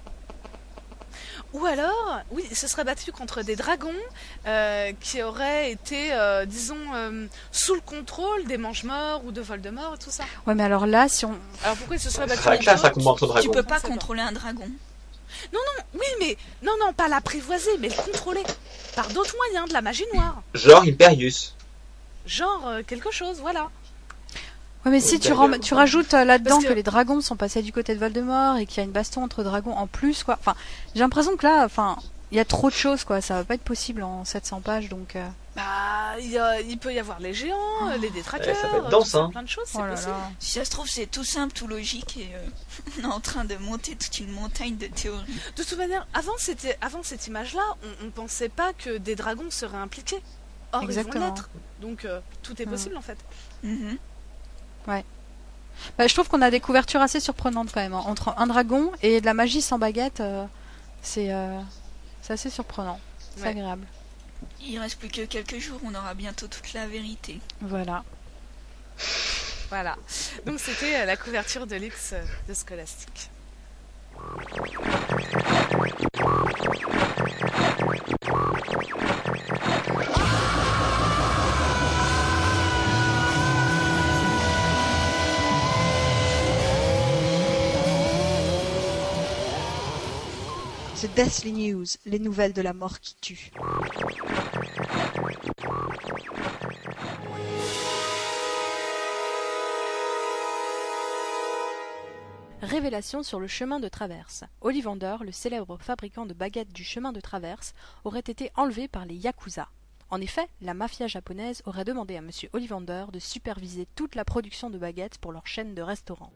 [SPEAKER 4] Ou alors, oui, ce serait battu contre des dragons qui auraient été, disons, sous le contrôle des Mange-Morts ou de Voldemort et tout ça.
[SPEAKER 5] ouais, mais alors là, si on.
[SPEAKER 4] Alors pourquoi ils se seraient
[SPEAKER 3] Ça
[SPEAKER 4] battus
[SPEAKER 3] sera la classe à
[SPEAKER 4] contre eux
[SPEAKER 3] combat entre
[SPEAKER 2] Tu
[SPEAKER 3] dragons.
[SPEAKER 2] peux pas
[SPEAKER 4] Je sais pas.
[SPEAKER 2] contrôler un dragon.
[SPEAKER 4] Oui, mais non, pas l'apprivoiser, mais le contrôler par d'autres moyens, de la magie noire.
[SPEAKER 3] Genre Imperius.
[SPEAKER 4] Genre quelque chose, voilà.
[SPEAKER 5] Ouais, mais si tu,
[SPEAKER 3] D'ailleurs,
[SPEAKER 5] tu rajoutes là-dedans
[SPEAKER 4] parce
[SPEAKER 5] que...
[SPEAKER 4] que
[SPEAKER 5] les dragons sont passés du côté de Voldemort et qu'il y a une baston entre dragons en plus, quoi. Enfin, j'ai l'impression que là, enfin, il y a trop de choses, quoi. Ça va pas être possible en 700 pages, donc.
[SPEAKER 4] Bah, il peut y avoir les géants, les détraqueurs,
[SPEAKER 3] ça peut être
[SPEAKER 4] tout
[SPEAKER 3] dense,
[SPEAKER 4] ça,
[SPEAKER 3] hein.
[SPEAKER 4] plein de choses, c'est
[SPEAKER 5] Oh là
[SPEAKER 4] possible.
[SPEAKER 5] là.
[SPEAKER 2] Si ça se trouve c'est tout simple, tout logique et on est en train de monter toute une montagne de théories.
[SPEAKER 4] De toute manière, avant cette image-là, on pensait pas que des dragons seraient impliqués. Or,
[SPEAKER 5] Exactement.
[SPEAKER 4] ils vont l'être. Donc, tout est possible, en fait.
[SPEAKER 2] Mhm.
[SPEAKER 5] Bah, je trouve qu'on a des couvertures assez surprenantes quand même, hein. Entre un dragon et de la magie sans baguette, c'est assez surprenant. C'est
[SPEAKER 4] Ouais.
[SPEAKER 5] agréable.
[SPEAKER 2] Il reste plus que quelques jours, on aura bientôt toute la vérité.
[SPEAKER 5] Voilà.
[SPEAKER 4] Voilà. Donc, c'était la couverture de Lix de Scholastic.
[SPEAKER 6] The Deathly News, les nouvelles de la mort qui tue.
[SPEAKER 5] Révélation sur le chemin de traverse. Ollivander, le célèbre fabricant de baguettes du chemin de traverse, aurait été enlevé par les Yakuza. En effet, la mafia japonaise aurait demandé à M. Ollivander de superviser toute la production de baguettes pour leur chaîne de restaurants.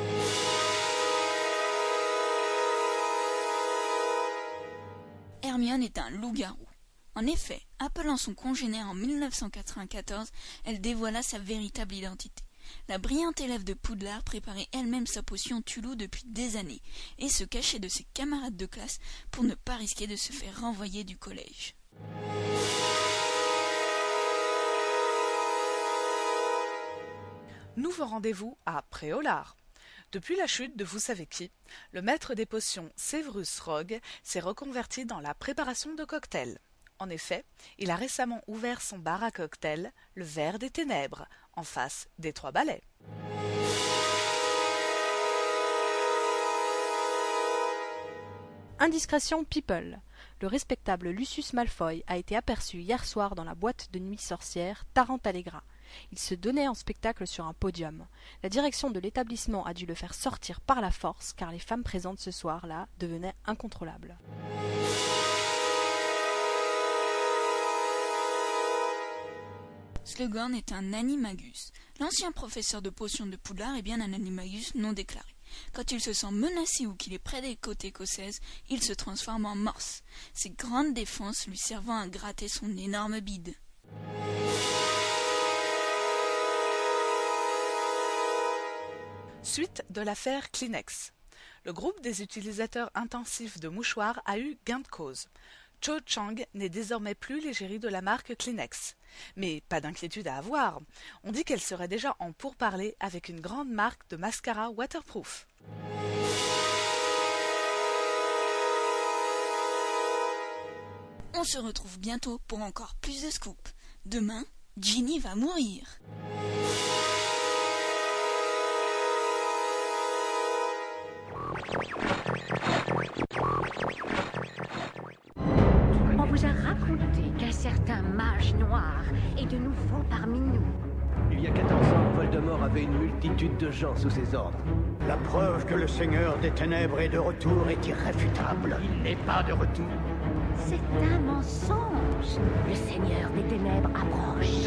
[SPEAKER 2] Hermione est un loup-garou. En effet, appelant son congénère en 1994, elle dévoila sa véritable identité. La brillante élève de Poudlard préparait elle-même sa potion Tulou depuis des années et se cachait de ses camarades de classe pour ne pas risquer de se faire renvoyer du collège.
[SPEAKER 4] Nouveau rendez-vous à Préolard. Depuis la chute de vous savez qui, le maître des potions Severus Rogue s'est reconverti dans la préparation de cocktails. En effet, il a récemment ouvert son bar à cocktails, le Verre des Ténèbres, en face des Trois Balais.
[SPEAKER 5] Indiscrétion People. le respectable Lucius Malfoy a été aperçu hier soir dans la boîte de nuit sorcière Tarantallegra. Il se donnait en spectacle sur un podium. La direction de l'établissement a dû le faire sortir par la force car les femmes présentes ce soir-là devenaient incontrôlables.
[SPEAKER 2] Slughorn est un animagus. L'ancien professeur de potions de Poudlard est bien un animagus non déclaré. Quand il se sent menacé ou qu'il est près des côtes écossaises, il se transforme en morse, ses grandes défenses lui servant à gratter son énorme bide.
[SPEAKER 4] Suite de l'affaire Kleenex. Le groupe des utilisateurs intensifs de mouchoirs a eu gain de cause. Cho Chang n'est désormais plus l'égérie de la marque Kleenex. Mais pas d'inquiétude à avoir. On dit qu'elle serait déjà en pourparlers avec une grande marque de mascara waterproof.
[SPEAKER 2] On se retrouve bientôt pour encore plus de scoop. Demain, Ginny va mourir.
[SPEAKER 7] On vous a raconté qu'un certain mage noir est de nouveau parmi nous.
[SPEAKER 8] Il y a 14 ans, Voldemort avait une multitude de gens sous ses ordres.
[SPEAKER 9] La preuve que le Seigneur des Ténèbres est de retour est irréfutable.
[SPEAKER 8] Il n'est pas de retour.
[SPEAKER 7] C'est un mensonge. Le Seigneur des Ténèbres approche.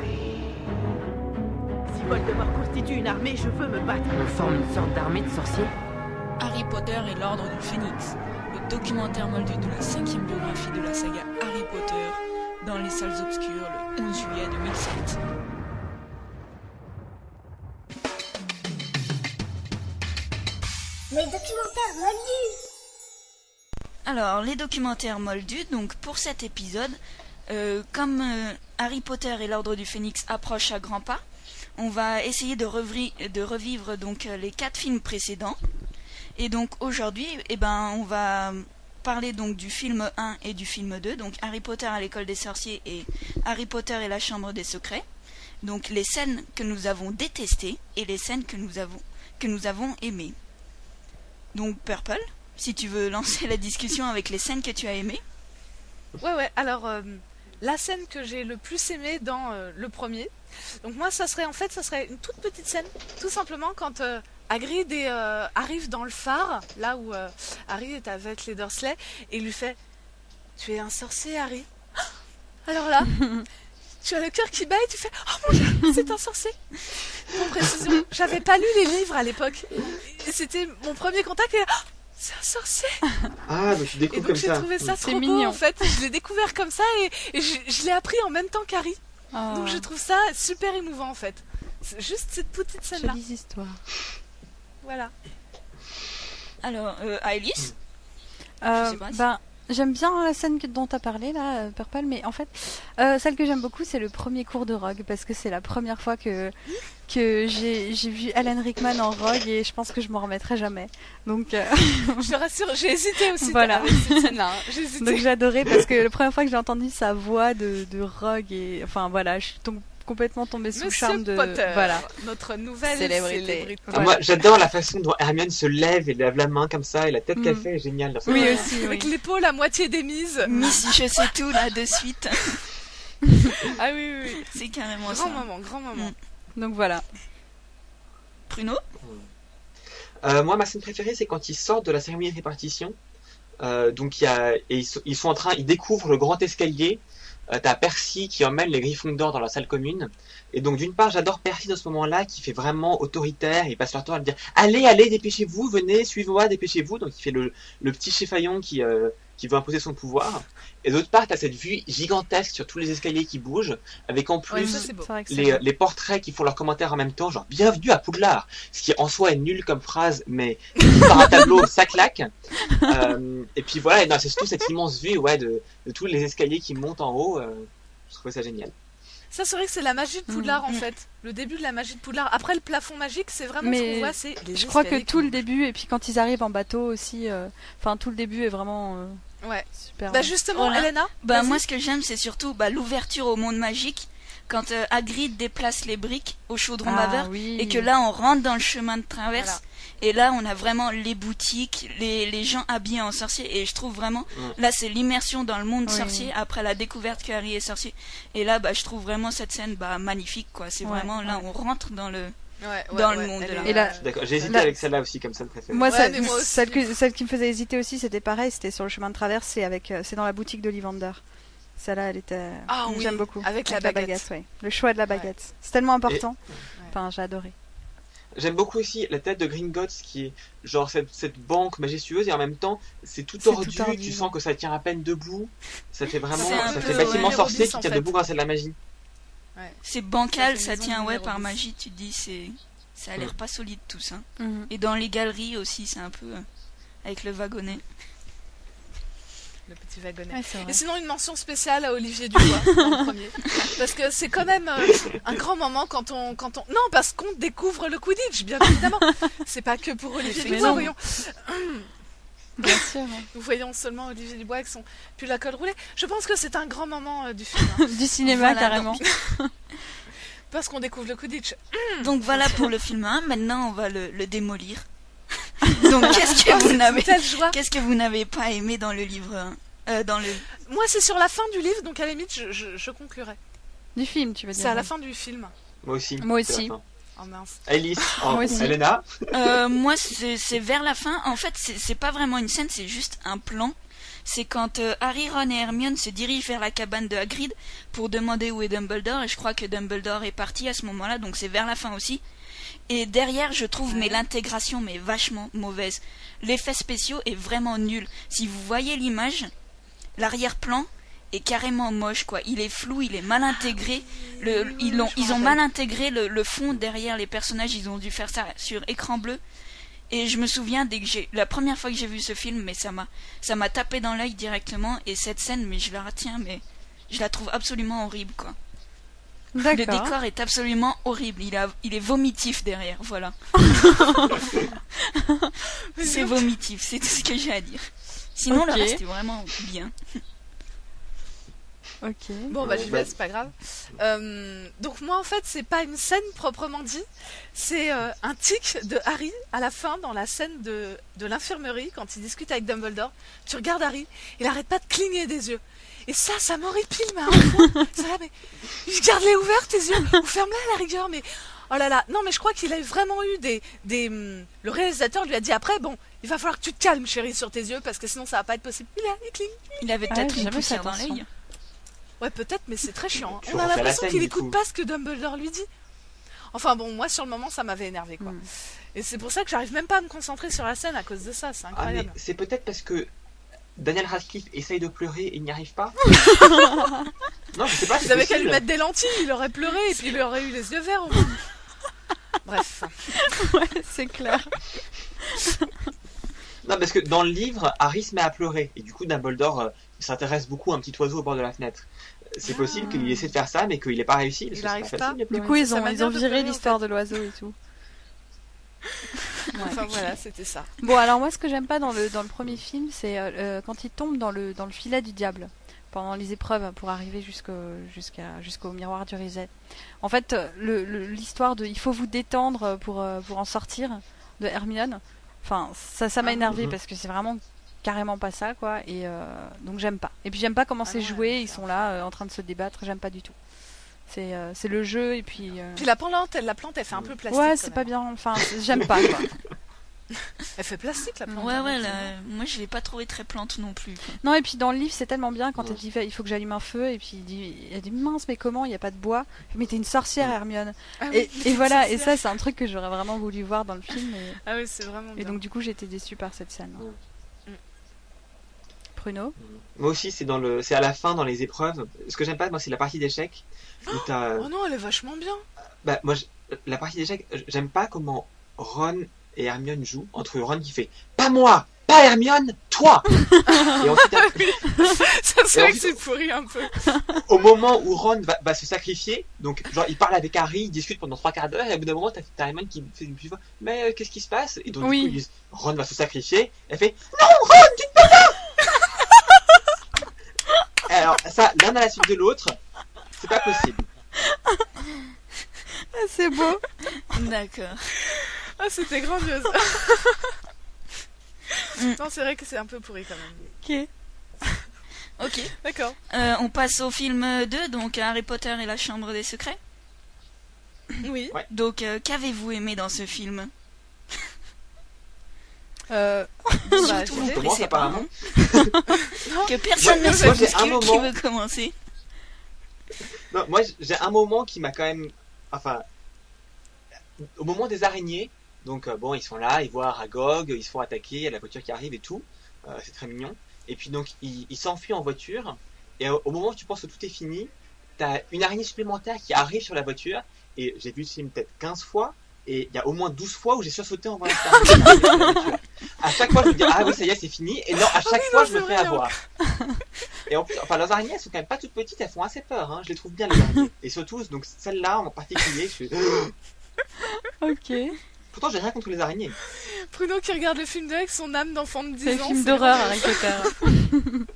[SPEAKER 10] Si Voldemort constitue une armée, je veux me battre.
[SPEAKER 11] On forme une sorte d'armée de sorciers.
[SPEAKER 2] Harry Potter et l'Ordre du Phénix, le documentaire moldu de la 5e biographie de la saga Harry Potter, dans les salles obscures le 11 juillet 2007.
[SPEAKER 12] Les documentaires moldus.
[SPEAKER 2] Alors, les documentaires moldus, donc pour cet épisode, comme Harry Potter et l'Ordre du Phénix approchent à grands pas, on va essayer de revivre donc les 4 films précédents. Et donc aujourd'hui, on va parler donc du film 1 et du film 2, donc Harry Potter à l'école des sorciers et Harry Potter et la chambre des secrets. Donc les scènes que nous avons détestées et les scènes que nous avons aimées. Donc Purple, si tu veux lancer la discussion avec les scènes que tu as aimées.
[SPEAKER 4] Ouais, alors la scène que j'ai le plus aimée dans le premier, donc moi ça serait une toute petite scène, tout simplement quand Hagrid arrive dans le phare, là où Harry est avec les Dursley, et il lui fait « Tu es un sorcier, Harry ?» Alors là, tu as le cœur qui bat et tu fais « Oh mon Dieu, c'est un sorcier !» Pour précision, j'avais pas lu les livres à l'époque. Et c'était mon premier contact et « Oh, c'est un sorcier !»
[SPEAKER 3] Ah, donc tu découvres comme ça.
[SPEAKER 4] Et donc j'ai trouvé ça trop
[SPEAKER 5] mignon.
[SPEAKER 4] beau en fait. Je l'ai découvert comme ça et je l'ai appris en même temps qu'Harry.
[SPEAKER 5] Oh.
[SPEAKER 4] Donc je trouve ça super émouvant en fait. C'est juste cette petite scène-là.
[SPEAKER 5] Jolies histoires.
[SPEAKER 4] Voilà.
[SPEAKER 2] Alors, Alice, je sais pas si-
[SPEAKER 5] J'aime bien la scène dont tu as parlé là, Purple, mais en fait, celle que j'aime beaucoup, c'est le premier cours de Rogue, parce que c'est la première fois que j'ai vu Alan Rickman en Rogue, et je pense que je m'en remettrai jamais. Donc,
[SPEAKER 4] Je te rassure, j'ai hésité aussi
[SPEAKER 5] Voilà.
[SPEAKER 4] avec cette scène-là. Hein. J'ai hésité.
[SPEAKER 5] donc j'adorais, parce que la première fois que j'ai entendu sa voix de Rogue, et enfin voilà, je suis complètement tombée sous le
[SPEAKER 4] Monsieur
[SPEAKER 5] charme de...
[SPEAKER 4] Potter,
[SPEAKER 5] Voilà.
[SPEAKER 4] notre nouvelle
[SPEAKER 5] Célébrité.
[SPEAKER 4] célébrité.
[SPEAKER 3] Ah, moi, j'adore la façon dont Hermione se lève et lève la main comme ça, et la tête qu'elle fait est géniale. Dans
[SPEAKER 5] Oui,
[SPEAKER 3] cette-
[SPEAKER 5] aussi, oui.
[SPEAKER 4] Avec l'épaule à moitié démise.
[SPEAKER 2] Miss Je sais tout là de suite.
[SPEAKER 4] Ah oui.
[SPEAKER 2] C'est carrément
[SPEAKER 4] Grand
[SPEAKER 2] ça.
[SPEAKER 4] moment.
[SPEAKER 5] Donc voilà.
[SPEAKER 2] Pruno,
[SPEAKER 3] Moi, ma scène préférée, c'est quand ils sortent de la cérémonie de répartition. Donc, ils sont en train, ils découvrent le grand escalier. T'as Percy qui emmène les Gryffondors dans la salle commune. Et donc, d'une part, j'adore Percy dans ce moment-là, qui fait vraiment autoritaire. Il passe leur temps à lui dire « Allez, dépêchez-vous, venez, suivez-moi, dépêcez-vous ». Donc, il fait le petit chifaillon qui veut imposer son pouvoir. Et d'autre part, t'as cette vue gigantesque sur tous les escaliers qui bougent, avec en
[SPEAKER 4] Ouais,
[SPEAKER 3] plus
[SPEAKER 4] ça, c'est beau.
[SPEAKER 5] C'est vrai que c'est
[SPEAKER 3] les portraits qui font leurs commentaires en même temps, genre bienvenue à Poudlard, ce qui en soi est nul comme phrase, mais par un tableau ça claque. Et puis voilà, et non, c'est surtout cette immense vue de tous les escaliers qui montent en haut. Je trouvais ça génial.
[SPEAKER 4] Ça, c'est vrai que c'est la magie de Poudlard en fait. Le début de la magie de Poudlard. Après le plafond magique, c'est vraiment ce qu'on voit, c'est les
[SPEAKER 5] je crois que
[SPEAKER 4] escaliers
[SPEAKER 5] tout
[SPEAKER 4] qui
[SPEAKER 5] le début, et puis quand ils arrivent en bateau aussi, enfin tout le début est vraiment
[SPEAKER 4] Ouais.
[SPEAKER 5] super.
[SPEAKER 4] Bah justement,
[SPEAKER 2] Voilà.
[SPEAKER 4] Elena.
[SPEAKER 2] bah
[SPEAKER 4] vas-y.
[SPEAKER 2] moi ce que j'aime c'est surtout l'ouverture au monde magique, quand Hagrid déplace les briques au chaudron
[SPEAKER 5] Ah,
[SPEAKER 2] baveur
[SPEAKER 5] oui.
[SPEAKER 2] et que là on rentre dans le chemin de traverse.
[SPEAKER 4] Voilà.
[SPEAKER 2] Et là, on a vraiment les boutiques, les gens habillés en sorcier. Et je trouve vraiment, là, c'est l'immersion dans le monde
[SPEAKER 5] Oui.
[SPEAKER 2] sorcier après la découverte que Harry est sorcier. Et là, je trouve vraiment cette scène magnifique, quoi. C'est vraiment là, on rentre dans le monde.
[SPEAKER 4] elle
[SPEAKER 2] Là.
[SPEAKER 4] est-
[SPEAKER 5] Et là,
[SPEAKER 3] D'accord, j'ai hésité
[SPEAKER 5] Là-
[SPEAKER 3] avec celle-là aussi comme scène préférée.
[SPEAKER 5] moi,
[SPEAKER 4] Ouais, mais moi aussi.
[SPEAKER 5] celle qui me faisait hésiter aussi, c'était pareil, c'était sur le chemin de traverse, c'est dans la boutique d'Ollivander. Celle-là, elle était.
[SPEAKER 4] Ah oui,
[SPEAKER 5] J'aime beaucoup.
[SPEAKER 4] avec la baguette.
[SPEAKER 5] ouais. Le choix de la baguette. C'est tellement important. Enfin, j'ai adoré.
[SPEAKER 3] J'aime beaucoup aussi la tête de Gringotts qui est genre cette banque majestueuse et en même temps c'est tout
[SPEAKER 5] C'est
[SPEAKER 3] tordu,
[SPEAKER 5] tout tordu,
[SPEAKER 3] tu
[SPEAKER 5] ouais.
[SPEAKER 3] sent que ça tient à peine debout. Ça fait vraiment,
[SPEAKER 2] C'est un
[SPEAKER 3] ça
[SPEAKER 2] peu,
[SPEAKER 3] fait bâtiment
[SPEAKER 4] ouais,
[SPEAKER 3] sorcier
[SPEAKER 4] Nairobi,
[SPEAKER 3] qui
[SPEAKER 4] en
[SPEAKER 3] tient
[SPEAKER 4] fait.
[SPEAKER 3] debout grâce à de la magie.
[SPEAKER 2] C'est bancal,
[SPEAKER 4] Ça
[SPEAKER 2] ça
[SPEAKER 4] fait maison
[SPEAKER 2] tient
[SPEAKER 4] de
[SPEAKER 2] par
[SPEAKER 4] Nairobi.
[SPEAKER 2] magie. Tu te dis, ça a l'air pas solide tout ça.
[SPEAKER 5] Mhm.
[SPEAKER 2] Et dans les galeries aussi, c'est un peu avec le wagonnet.
[SPEAKER 4] Le petit wagonnet.
[SPEAKER 5] Ouais, c'est vrai.
[SPEAKER 4] Et sinon, une mention spéciale à Olivier Dubois dans le premier. Parce que c'est quand même un grand moment quand on... Non, parce qu'on découvre le Quidditch, bien évidemment. C'est pas que pour Olivier
[SPEAKER 5] Mais
[SPEAKER 4] Dubois,
[SPEAKER 5] non.
[SPEAKER 4] voyons.
[SPEAKER 5] Bien sûr. hein.
[SPEAKER 4] Nous voyons seulement Olivier Dubois avec son pull à col roulé. Je pense que c'est un grand moment du film. hein.
[SPEAKER 5] Du cinéma,
[SPEAKER 2] Voilà,
[SPEAKER 5] carrément.
[SPEAKER 4] Parce qu'on découvre le Quidditch.
[SPEAKER 2] Donc voilà pour le film 1. Maintenant, on va le démolir. Donc qu'est-ce que vous n'avez
[SPEAKER 4] Telle joie.
[SPEAKER 2] Qu'est-ce que vous n'avez pas aimé dans le livre 1 dans le...
[SPEAKER 4] Moi, c'est sur la fin du livre, donc à la limite, je conclurai.
[SPEAKER 5] Du film, tu veux dire.
[SPEAKER 4] C'est à la fin du film.
[SPEAKER 3] Moi aussi.
[SPEAKER 5] Moi
[SPEAKER 3] c'est la
[SPEAKER 5] aussi.
[SPEAKER 3] fin.
[SPEAKER 4] Oh mince.
[SPEAKER 3] Alice,
[SPEAKER 5] Moi aussi.
[SPEAKER 3] Elena.
[SPEAKER 2] Moi, c'est vers la fin. En fait, c'est pas vraiment une scène, c'est juste un plan. C'est quand Harry, Ron et Hermione se dirigent vers la cabane de Hagrid pour demander où est Dumbledore. Et je crois que Dumbledore est parti à ce moment-là, donc c'est vers la fin aussi. Et derrière, je trouve l'intégration mais vachement mauvaise. L'effet spéciaux est vraiment nul. Si vous voyez l'image, l'arrière-plan est carrément moche, quoi. Il est flou, il est mal intégré. Ils ont mal intégré le fond derrière les personnages. Ils ont dû faire ça sur écran bleu. Et je me souviens la première fois que j'ai vu ce film, mais ça m'a tapé dans l'œil directement. Et cette scène, mais je la retiens, mais je la trouve absolument horrible, quoi.
[SPEAKER 5] D'accord.
[SPEAKER 2] Le décor est absolument horrible. Il est vomitif derrière, voilà. C'est vomitif, c'est tout ce que j'ai à dire. Sinon,
[SPEAKER 5] Ok.
[SPEAKER 2] le reste est vraiment bien.
[SPEAKER 5] Ok.
[SPEAKER 4] Bon, j'y vais, c'est pas grave. Donc moi, en fait, c'est pas une scène proprement dit. C'est un tic de Harry à la fin, dans la scène de l'infirmerie, quand il discute avec Dumbledore. Tu regardes Harry, il arrête pas de cligner des yeux. Et ça m'horripile, mais à un point. C'est là, mais garde-les ouverts, tes yeux, ou ferme-les à la rigueur, mais... Oh là là, non, mais je crois qu'il a vraiment eu le réalisateur lui a dit après, bon, il va falloir que tu te calmes, chérie, sur tes yeux, parce que sinon ça va pas être possible. Il cligne.
[SPEAKER 2] Il avait
[SPEAKER 5] Ah
[SPEAKER 2] peut-être
[SPEAKER 5] ouais,
[SPEAKER 2] une
[SPEAKER 5] jamais fait
[SPEAKER 2] poussière dans
[SPEAKER 5] attention.
[SPEAKER 2] l'œil.
[SPEAKER 4] Ouais, peut-être, mais c'est très chiant.
[SPEAKER 3] Faut
[SPEAKER 4] On a
[SPEAKER 3] refaire la
[SPEAKER 4] l'impression
[SPEAKER 3] scène,
[SPEAKER 4] qu'il
[SPEAKER 3] du
[SPEAKER 4] écoute
[SPEAKER 3] coup.
[SPEAKER 4] pas ce que Dumbledore lui dit. Enfin bon, moi sur le moment, ça m'avait énervé, quoi. Et c'est pour ça que j'arrive même pas à me concentrer sur la scène à cause de ça, c'est
[SPEAKER 3] Ah,
[SPEAKER 4] incroyable.
[SPEAKER 3] mais c'est peut-être parce que Daniel Radcliffe essaye de pleurer et il n'y arrive pas. Non, je sais pas, c'est
[SPEAKER 4] Ils avaient qu'à lui
[SPEAKER 3] possible.
[SPEAKER 4] mettre des lentilles, il aurait pleuré et puis il aurait eu les yeux verts au moins. Bref.
[SPEAKER 5] Ouais, c'est clair.
[SPEAKER 3] Non, parce que dans le livre, Harry se met à pleurer et du coup Dumbledore s'intéresse beaucoup à un petit oiseau au bord de la fenêtre. C'est possible qu'il essaie de faire ça, mais qu'il n'ait pas réussi. Parce
[SPEAKER 4] Il
[SPEAKER 3] que c'est
[SPEAKER 4] arrive
[SPEAKER 3] pas
[SPEAKER 4] pas.
[SPEAKER 3] facile de
[SPEAKER 5] Du
[SPEAKER 3] pleurer.
[SPEAKER 5] coup,
[SPEAKER 4] C'est
[SPEAKER 5] ils
[SPEAKER 4] sa
[SPEAKER 5] ont
[SPEAKER 4] manière de
[SPEAKER 5] viré
[SPEAKER 4] pleurer, en
[SPEAKER 5] l'histoire
[SPEAKER 4] fait.
[SPEAKER 5] de l'oiseau et tout.
[SPEAKER 4] Enfin voilà, c'était ça.
[SPEAKER 5] Bon, alors moi, ce que j'aime pas dans le premier film, c'est quand il tombe dans le filet du diable pendant les épreuves pour arriver jusqu'au miroir du Riset. En fait, l'histoire de il faut vous détendre pour en sortir de Hermione. Enfin, ça m'a énervé parce que c'est vraiment carrément pas ça, quoi. Et donc j'aime pas. Et puis j'aime pas comment c'est joué. Ils sont là en train de se débattre. J'aime pas du tout. C'est le jeu et puis.
[SPEAKER 4] Puis la plante, elle fait un peu plastique.
[SPEAKER 5] Ouais,
[SPEAKER 4] quand
[SPEAKER 5] c'est
[SPEAKER 4] même.
[SPEAKER 5] pas bien. Enfin, j'aime pas, quoi.
[SPEAKER 4] Elle fait plastique la plante.
[SPEAKER 2] Ouais,
[SPEAKER 4] hein,
[SPEAKER 2] moi je l'ai pas trouvé très plante non plus, quoi.
[SPEAKER 5] Non, et puis dans le livre, c'est tellement bien quand elle dit il faut que j'allume un feu, et puis elle dit mince, mais comment, il n'y a pas de bois. Mais t'es une sorcière, Hermione.
[SPEAKER 4] Ah oui,
[SPEAKER 5] Et voilà, et
[SPEAKER 4] sorcière.
[SPEAKER 5] ça, c'est un truc que j'aurais vraiment voulu voir dans le film.
[SPEAKER 4] Ah oui, c'est vraiment
[SPEAKER 5] Et
[SPEAKER 4] bien.
[SPEAKER 5] donc, du coup, j'étais déçue par cette scène. Pruno.
[SPEAKER 3] Moi aussi, c'est à la fin dans les épreuves. Ce que j'aime pas, moi, c'est la partie d'échecs. Où t'as...
[SPEAKER 4] Oh non, elle est vachement bien.
[SPEAKER 3] Bah, moi, la partie d'échecs, j'aime pas comment Ron et Hermione jouent. Entre Ron qui fait pas moi, pas Hermione, toi. Et ensuite,
[SPEAKER 4] Ça c'est vrai que
[SPEAKER 3] ensuite,
[SPEAKER 4] c'est pourri un peu.
[SPEAKER 3] au moment où Ron va se sacrifier, donc genre il parle avec Harry, il discute pendant 3 quarts d'heure, et au bout d'un moment t'as Hermione qui fait une petite fois, mais qu'est-ce qui se passe? Et donc
[SPEAKER 5] Oui.
[SPEAKER 3] du coup ils disent Ron va se sacrifier, elle fait non Ron, tu ne peux pas. Alors ça, l'un à la suite de l'autre, c'est pas possible.
[SPEAKER 5] C'est beau.
[SPEAKER 2] D'accord.
[SPEAKER 4] Ah, c'était grandiose. Non, c'est vrai que c'est un peu pourri quand même.
[SPEAKER 2] Ok.
[SPEAKER 4] D'accord.
[SPEAKER 2] On passe au film 2, donc Harry Potter et la Chambre des Secrets.
[SPEAKER 4] Oui.
[SPEAKER 3] Ouais.
[SPEAKER 2] Donc, qu'avez-vous aimé dans ce film?
[SPEAKER 4] Surtout
[SPEAKER 3] on commence apparemment.
[SPEAKER 2] Que personne ne se bouscule, qui veut commencer?
[SPEAKER 3] Non, moi j'ai un moment qui m'a quand même... Enfin, au moment des araignées, donc bon, ils sont là, ils voient Aragog, ils se font attaquer, il y a la voiture qui arrive et tout, c'est très mignon. Et puis donc, ils s'enfuient en voiture, et au moment où tu penses que tout est fini, t'as une araignée supplémentaire qui arrive sur la voiture, et j'ai vu ce film peut-être 15 fois, et il y a au moins 12 fois où j'ai sursauté en voyant cette araignée sur la voiture. À chaque fois, je me dis, ah oui, ça y est, c'est fini, et non, à chaque fois, je me fais avoir. Et en plus, enfin, les araignées, elles sont quand même pas toutes petites, elles font assez peur, hein. Je les trouve bien, les araignées. Et surtout, donc celle-là en particulier, je suis...
[SPEAKER 5] Ok.
[SPEAKER 3] Pourtant, j'ai rien contre les araignées.
[SPEAKER 4] Bruno qui regarde le film 2 avec son âme d'enfant de 10 ans.
[SPEAKER 5] C'est un film d'horreur, Harry Potter.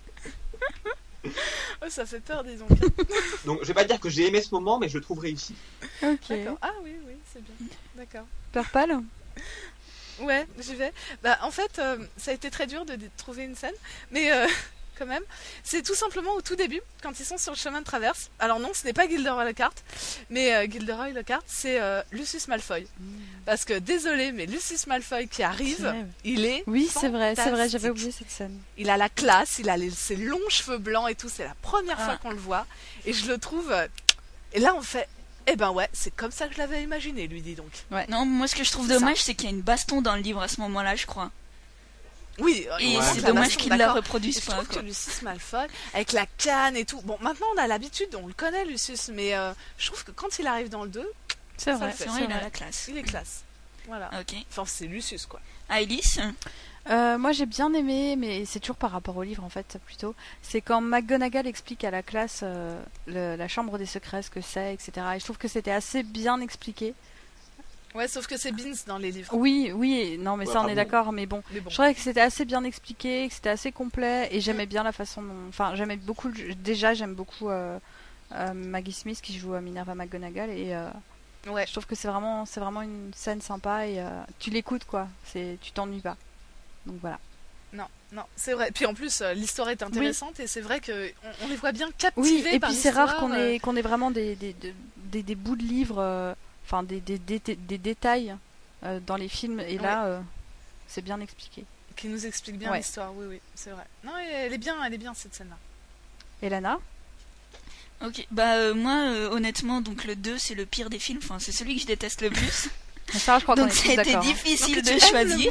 [SPEAKER 4] Oh, ça fait peur, disons.
[SPEAKER 3] Donc, je vais pas dire que j'ai aimé ce moment, mais je le trouve réussi.
[SPEAKER 5] Ok.
[SPEAKER 4] D'accord. Ah oui, c'est bien. D'accord.
[SPEAKER 5] Purple.
[SPEAKER 4] Ouais, j'y vais. Bah, en fait, ça a été très dur de trouver une scène, mais quand même, c'est tout simplement au tout début, quand ils sont sur le chemin de traverse. Alors non, ce n'est pas Gilderoy Lockhart, mais Gilderoy Lockhart, c'est Lucius Malfoy. Parce que, désolé, mais Lucius Malfoy qui arrive, il est
[SPEAKER 5] Oui, c'est vrai,
[SPEAKER 4] fantastique.
[SPEAKER 5] j'avais oublié cette scène.
[SPEAKER 4] Il a la classe, il a ses longs cheveux blancs et tout, c'est la première fois qu'on le voit, et je le trouve... Et là, on fait... Eh ben ouais, c'est comme ça que je l'avais imaginé, lui, dis donc.
[SPEAKER 2] Ouais. Non, moi ce que je trouve dommage, c'est qu'il y a une baston dans le livre à ce moment-là, je crois.
[SPEAKER 4] Oui,
[SPEAKER 2] et c'est dommage qu'ils la reproduisent pas.
[SPEAKER 4] Je trouve que Lucius Malfoy, avec la canne et tout. Bon, maintenant on a l'habitude, on le connaît, Lucius, mais je trouve que quand il arrive dans le 2,
[SPEAKER 5] c'est vrai,
[SPEAKER 2] il a la classe.
[SPEAKER 4] Il est classe. Voilà.
[SPEAKER 2] Ok.
[SPEAKER 4] Enfin, c'est Lucius, quoi.
[SPEAKER 2] Alice?
[SPEAKER 5] Moi j'ai bien aimé, mais c'est toujours par rapport au livre en fait, plutôt. C'est quand McGonagall explique à la classe la chambre des secrets, ce que c'est, etc. Et je trouve que c'était assez bien expliqué.
[SPEAKER 4] Ouais, sauf que c'est Beans dans les livres.
[SPEAKER 5] Oui, non mais ouais, ça on est d'accord, mais bon. Je trouvais que c'était assez bien expliqué, que c'était assez complet, et j'aimais bien la façon dont... Enfin, j'aimais beaucoup... Déjà, j'aime beaucoup Maggie Smith qui joue Minerva McGonagall, et
[SPEAKER 4] ouais.
[SPEAKER 5] Je trouve que c'est vraiment une scène sympa, et tu l'écoutes, quoi. Tu t'ennuies pas. Donc voilà.
[SPEAKER 4] Non, c'est vrai. Puis en plus, l'histoire est intéressante, et c'est vrai qu'on les voit bien captivés par l'histoire.
[SPEAKER 5] Oui, et puis c'est rare qu'on ait vraiment des bouts de livres... Enfin, des détails dans les films, et là, c'est bien expliqué.
[SPEAKER 4] Qui nous explique bien l'histoire, oui, c'est vrai. Non, elle est bien cette scène-là.
[SPEAKER 5] Et Lana?
[SPEAKER 2] Ok, moi, honnêtement, donc le 2, c'est le pire des films, enfin, c'est celui que je déteste le plus.
[SPEAKER 5] Ça, je crois
[SPEAKER 2] donc ça a été difficile de choisir.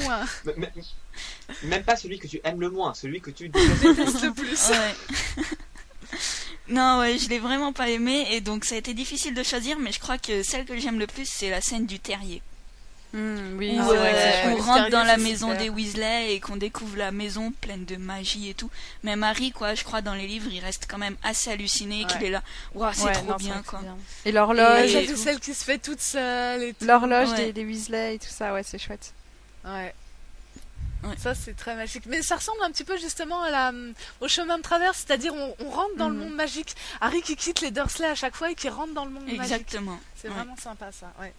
[SPEAKER 3] Même pas celui que tu aimes le moins, celui que tu
[SPEAKER 4] détestes le plus.
[SPEAKER 2] Ouais. Non, ouais, je l'ai vraiment pas aimé, et donc ça a été difficile de choisir, mais je crois que celle que j'aime le plus, c'est la scène du terrier.
[SPEAKER 5] Oui,
[SPEAKER 2] où on rentre dans la maison des Weasley et qu'on découvre la maison pleine de magie et tout. Même Harry, quoi, je crois dans les livres, il reste quand même assez halluciné qu'il est là. Waouh, c'est trop bien, quoi.
[SPEAKER 5] Bien. Et l'horloge,
[SPEAKER 4] et celle qui se fait toute seule et tout.
[SPEAKER 5] L'horloge des Weasley et tout ça, ouais, c'est chouette.
[SPEAKER 4] Ouais. Ça c'est très magique, mais ça ressemble un petit peu justement au chemin de traverse, c'est-à-dire on rentre dans le monde magique. Harry qui quitte les Dursley à chaque fois et qui rentre dans le monde magique.
[SPEAKER 2] Exactement.
[SPEAKER 4] C'est vraiment sympa ça. Ouais.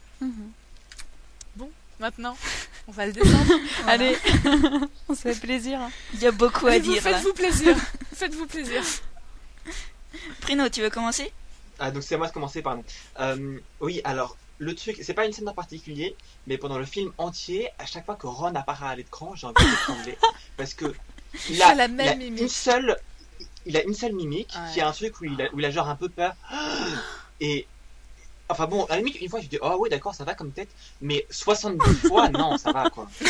[SPEAKER 4] Bon, maintenant on va le descendre.
[SPEAKER 5] Allez, on se fait plaisir.
[SPEAKER 2] Il y a beaucoup à dire.
[SPEAKER 4] Faites-vous plaisir. Faites-vous plaisir.
[SPEAKER 2] Prino, tu veux commencer?
[SPEAKER 3] Ah, donc c'est à moi de commencer, pardon. Oui, alors le truc, c'est pas une scène en particulier, mais pendant le film entier, à chaque fois que Ron apparaît à l'écran, j'ai envie de trembler, parce que il a une seule mimique, qui est un truc où il a genre un peu peur, et enfin bon, à la limite une fois je dis oh oui d'accord ça va comme tête, mais 70 fois non ça va quoi.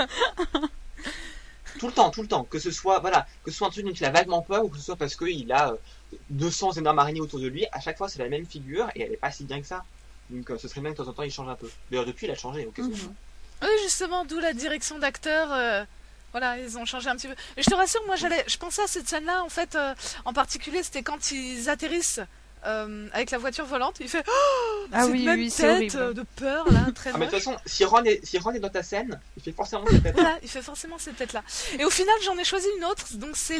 [SPEAKER 3] Tout le temps, que ce soit un truc dont il a vaguement peur, ou que ce soit parce qu'il a 200 énormes araignées autour de lui, à chaque fois c'est la même figure et elle est pas si bien que ça. Donc ce serait bien que de temps en temps il change un peu. D'ailleurs depuis il a changé.
[SPEAKER 4] Oui justement, d'où la direction d'acteur. Voilà, ils ont changé un petit peu. Et je te rassure, moi je pensais à cette scène-là en fait, en particulier c'était quand ils atterrissent avec la voiture volante. Il fait c'est horrible. De peur là, très
[SPEAKER 3] mais de toute façon, si Ron est dans ta scène, il fait forcément cette tête.
[SPEAKER 4] Voilà, il fait forcément cette tête-là. Et au final, j'en ai choisi une autre. Donc c'est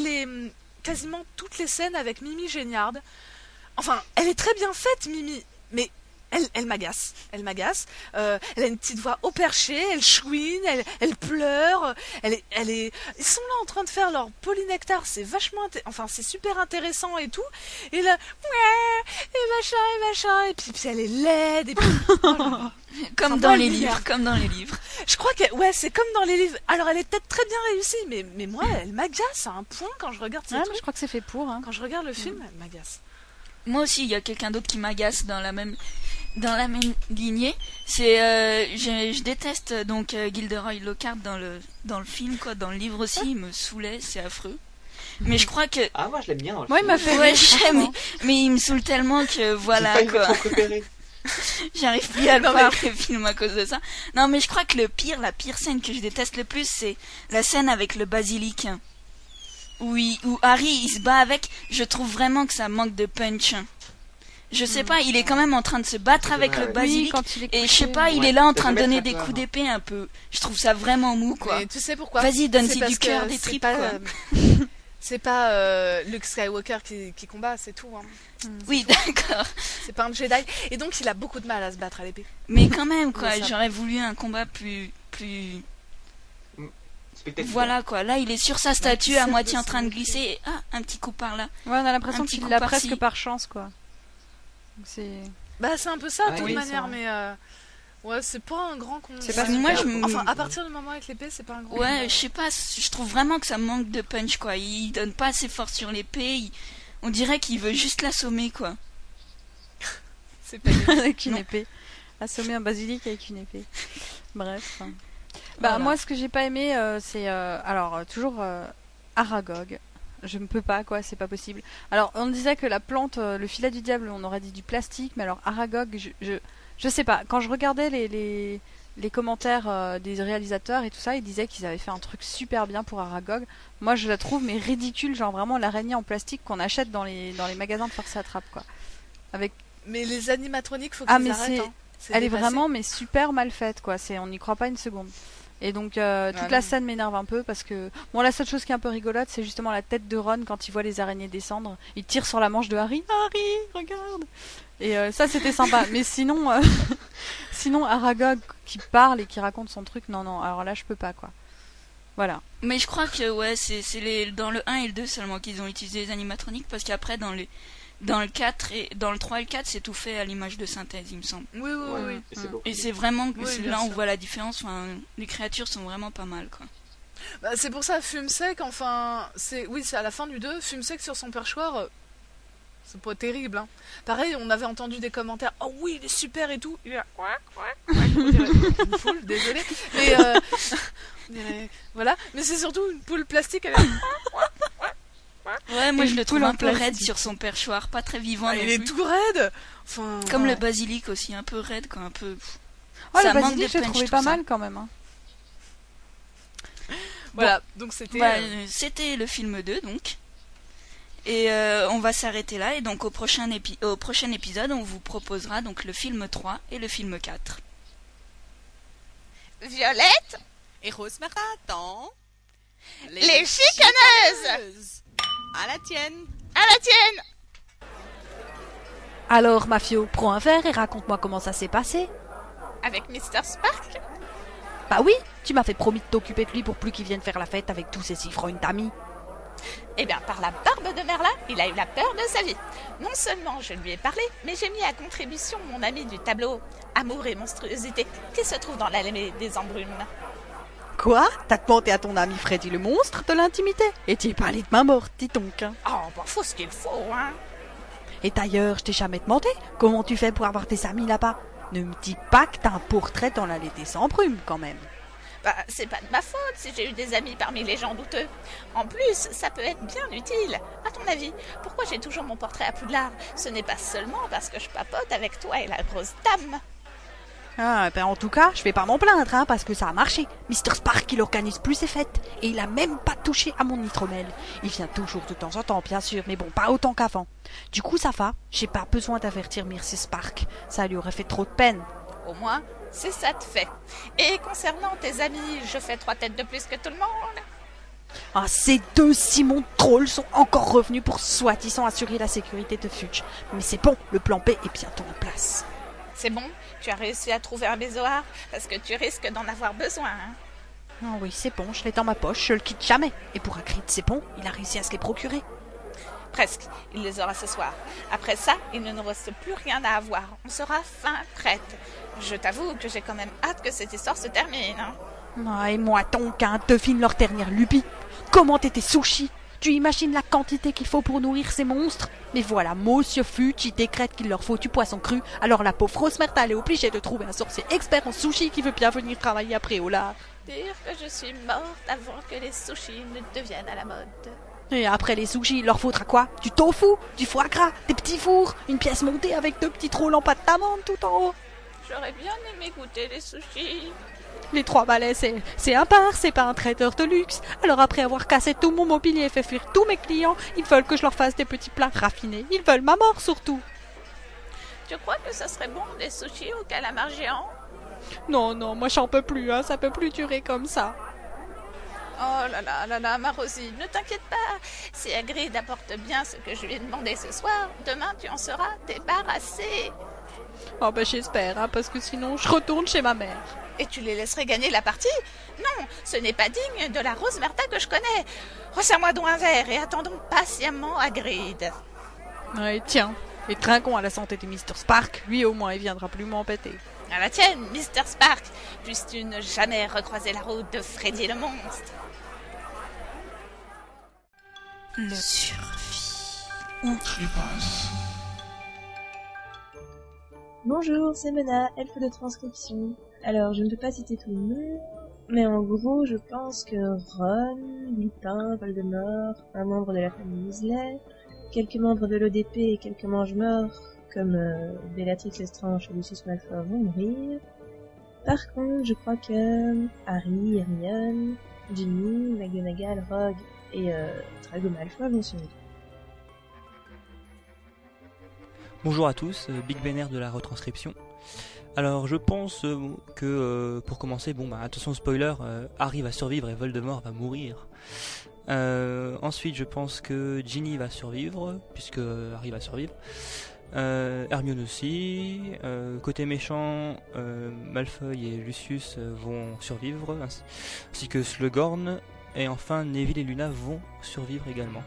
[SPEAKER 4] quasiment toutes les scènes avec Mimi Géniard. Enfin, elle est très bien faite, Mimi. Mais elle m'agace. Elle m'agace. Elle a une petite voix au perché, elle chouine, elle pleure. Ils sont là en train de faire leur polynectar. C'est vachement, c'est super intéressant et tout. Et là, ouais, et machin. Et puis elle est laide. Et puis,
[SPEAKER 2] comme dans les livres.
[SPEAKER 4] Je crois que, c'est comme dans les livres. Alors elle est peut-être très bien réussie, mais moi, elle m'agace à un point quand je regarde ces trucs.
[SPEAKER 5] Je crois que c'est fait pour. Hein.
[SPEAKER 4] Quand je regarde le film, elle m'agace.
[SPEAKER 2] Moi aussi, il y a quelqu'un d'autre qui m'agace dans la même lignée. C'est je déteste donc Gilderoy Lockhart dans le film, quoi. Dans le livre aussi, il me saoulait, c'est affreux. Mais je crois que
[SPEAKER 3] moi je l'aime bien dans le
[SPEAKER 5] film.
[SPEAKER 3] Il
[SPEAKER 5] m'a fait
[SPEAKER 2] mais il me saoule tellement que voilà,
[SPEAKER 3] c'est
[SPEAKER 2] quoi.
[SPEAKER 3] Pas préféré.
[SPEAKER 2] J'arrive plus à le voir le film à cause de ça. Non, mais je crois que la pire scène que je déteste le plus, c'est la scène avec le basilic. Oui, où Harry il se bat avec, je trouve vraiment que ça manque de punch. Je sais pas, il est quand même en train de se battre avec le basilic, et je sais pas, il est là en train de donner des coups d'épée un peu. Je trouve ça vraiment mou, quoi.
[SPEAKER 4] Mais tu sais pourquoi?
[SPEAKER 2] Vas-y, donne-y du cœur, des tripes, quoi.
[SPEAKER 4] C'est pas Luke Skywalker qui combat, c'est tout. Hein.
[SPEAKER 2] Oui, d'accord.
[SPEAKER 4] C'est pas un Jedi, et donc il a beaucoup de mal à se battre à l'épée.
[SPEAKER 2] Mais quand même, quoi, j'aurais voulu un combat plus... Voilà, quoi, là il est sur sa statue à moitié en train de glisser et un petit coup par là.
[SPEAKER 5] Ouais, on a l'impression qu'il l'a presque par chance, quoi. Donc c'est
[SPEAKER 4] un peu ça de toute manière, mais c'est pas un grand combat.
[SPEAKER 5] C'est pas
[SPEAKER 2] moi
[SPEAKER 4] enfin, à partir du moment avec l'épée, c'est pas un grand combat.
[SPEAKER 2] Je sais pas, je trouve vraiment que ça manque de punch, quoi. Il donne pas assez fort sur l'épée, on dirait qu'il veut juste l'assommer, quoi.
[SPEAKER 4] C'est pas
[SPEAKER 5] avec une épée. Assommer un basilic avec une épée. Bref. Voilà. Moi ce que j'ai pas aimé c'est toujours Aragog. Je ne peux pas, quoi, c'est pas possible. Alors on disait que la plante, le filet du diable, on aurait dit du plastique, mais alors Aragog, je sais pas. Quand je regardais les commentaires des réalisateurs et tout ça, ils disaient qu'ils avaient fait un truc super bien pour Aragog. Moi je la trouve mais ridicule, genre vraiment l'araignée en plastique qu'on achète dans les magasins de force attrape, quoi.
[SPEAKER 4] Mais les animatroniques, faut qu'ils arrêtent. Hein.
[SPEAKER 5] Elle est vraiment mais super mal faite, quoi. On n'y croit pas une seconde. Et donc toute la scène m'énerve un peu parce que la seule chose qui est un peu rigolote, c'est justement la tête de Ron quand il voit les araignées descendre. Il tire sur la manche de Harry. Harry, regarde. Et ça c'était sympa. Mais sinon Aragog qui parle et qui raconte son truc, non. Alors là je peux pas, quoi. Voilà.
[SPEAKER 2] Mais je crois que c'est dans le 1 et le 2 seulement qu'ils ont utilisé les animatroniques, parce qu'après dans le 4 et dans le 3 et le 4, c'est tout fait à l'image de synthèse, il me semble.
[SPEAKER 4] Oui.
[SPEAKER 2] Et c'est vraiment là on voit la différence, les créatures sont vraiment pas mal, quoi.
[SPEAKER 4] C'est pour ça Fumsec, c'est à la fin du 2, Fumsec sur son perchoir, c'est pas terrible, hein. Pareil, on avait entendu des commentaires, oh oui, il est super et tout. Il est là, on dirait une poule, désolé. Mais voilà, mais c'est surtout une poule plastique, elle est
[SPEAKER 2] moi je le trouve un peu raide sur son perchoir, pas très vivant.
[SPEAKER 4] Il est tout raide.
[SPEAKER 2] Comme le basilic aussi, un peu raide, quoi, un peu.
[SPEAKER 5] Le basilic, je l'ai trouvé pas mal quand même. Hein.
[SPEAKER 4] Voilà, donc
[SPEAKER 2] c'était le film 2, donc. Et on va s'arrêter là, et donc au prochain épisode, on vous proposera donc le film 3 et le film 4.
[SPEAKER 13] Violette
[SPEAKER 14] et Rose Marathon.
[SPEAKER 13] Les chicaneuses.
[SPEAKER 14] À la tienne.
[SPEAKER 13] À la tienne.
[SPEAKER 15] Alors, Mafio, prends un verre et raconte-moi comment ça s'est passé.
[SPEAKER 13] Avec Mr. Spark?
[SPEAKER 15] Bah oui, tu m'avais promis de t'occuper de lui pour plus qu'il vienne faire la fête avec tous ses ivrognes d'amis.
[SPEAKER 13] Eh bien, par la barbe de Merlin, il a eu la peur de sa vie. Non seulement je lui ai parlé, mais j'ai mis à contribution mon ami du tableau Amour et monstruosité, qui se trouve dans l'allée des embrumes.
[SPEAKER 15] Quoi? T'as demandé à ton ami Freddy le monstre de l'intimité? Et t'y es pas allé de main morte, dis donc.
[SPEAKER 13] Faut ce qu'il faut, hein.
[SPEAKER 15] Et d'ailleurs, je t'ai jamais demandé comment tu fais pour avoir tes amis là-bas. Ne me dis pas que t'as un portrait dans l'allée des embrumes, quand même.
[SPEAKER 13] C'est pas de ma faute si j'ai eu des amis parmi les gens douteux. En plus, ça peut être bien utile. À ton avis, pourquoi j'ai toujours mon portrait à Poudlard? Ce n'est pas seulement parce que je papote avec toi et la grosse dame.
[SPEAKER 15] En tout cas, je vais pas m'en plaindre, parce que ça a marché. Mr. Spark, il organise plus ses fêtes. Et il a même pas touché à mon nitromel. Il vient toujours de temps en temps, bien sûr, mais bon, pas autant qu'avant. Du coup, ça va. J'ai pas besoin d'avertir Mr. Spark. Ça lui aurait fait trop de peine.
[SPEAKER 13] Au moins, c'est ça de fait. Et concernant tes amis, je fais 3 têtes de plus que tout le monde.
[SPEAKER 15] Ces deux Simon Trolls sont encore revenus pour soi-disant assurer la sécurité de Fudge. Mais c'est bon, le plan B est bientôt en place.
[SPEAKER 13] C'est bon, tu as réussi à trouver un bézoard, parce que tu risques d'en avoir besoin. Hein.
[SPEAKER 15] Oh oui, c'est bon, je l'ai dans ma poche, je le quitte jamais. Et pour Hagrid, c'est bon, il a réussi à se les procurer.
[SPEAKER 13] Presque, il les aura ce soir. Après ça, il ne nous reste plus rien à avoir. On sera fin prête. Je t'avoue que j'ai quand même hâte que cette histoire se termine. Hein.
[SPEAKER 15] Ah, et moi, Tonkin, devine leur dernière lubie. Comment t'étais sushi? Tu imagines la quantité qu'il faut pour nourrir ces monstres? Mais voilà, Monsieur Fuchs décrète qu'il leur faut du poisson cru, alors la pauvre Rose Myrtle est obligée de trouver un sorcier expert en sushi qui veut bien venir travailler après au lard.
[SPEAKER 13] Dire que je suis morte avant que les sushis ne deviennent à la mode.
[SPEAKER 15] Et après les sushis, il leur faudra quoi? Du tofu, du foie gras, des petits fours, une pièce montée avec 2 petits trolls en pâte d'amande tout en haut.
[SPEAKER 13] J'aurais bien aimé goûter les sushis.
[SPEAKER 15] Les 3 balais, c'est un bar, c'est pas un traiteur de luxe. Alors après avoir cassé tout mon mobilier et fait fuir tous mes clients, ils veulent que je leur fasse des petits plats raffinés. Ils veulent ma mort surtout.
[SPEAKER 13] Tu crois que ça serait bon des sushis au calamar géant?
[SPEAKER 15] Non, moi j'en peux plus, hein, ça peut plus durer comme ça.
[SPEAKER 13] Oh là là, ma Rosie, ne t'inquiète pas. Si Hagrid apporte bien ce que je lui ai demandé ce soir, demain tu en seras débarrassé.
[SPEAKER 15] Oh ben j'espère, hein, parce que sinon je retourne chez ma mère.
[SPEAKER 13] Et tu les laisserais gagner la partie? Non, ce n'est pas digne de la Rose Myrtle que je connais. Resserre-moi donc un verre et attendons patiemment Hagrid.
[SPEAKER 15] Ouais, tiens, et trinquons à la santé de Mr. Spark, lui au moins il viendra plus m'embêter.
[SPEAKER 13] À la tienne, Mr. Spark, puisses-tu ne jamais recroiser la route de Freddy le monstre.
[SPEAKER 2] Le survie.
[SPEAKER 16] Outrepasse.
[SPEAKER 17] Bonjour, c'est Mena, elfe de transcription. Alors, je ne peux pas citer tout le monde, mais en gros, je pense que Ron, Lupin, Voldemort, un membre de la famille Weasley, quelques membres de l'ODP et quelques mange-morts, comme Bellatrix Lestrange et Lucius Malfoy vont mourir. Par contre, je crois que Harry, Hermione, Ginny, McGonagall, Rogue et Drago Malfoy vont survivre.
[SPEAKER 18] Bonjour à tous, Big Benner de la retranscription. Alors je pense que pour commencer, attention spoiler, Harry va survivre et Voldemort va mourir. Ensuite je pense que Ginny va survivre, puisque Harry va survivre. Hermione aussi. Côté méchant, Malfoy et Lucius vont survivre, ainsi que Slughorn. Et enfin Neville et Luna vont survivre également.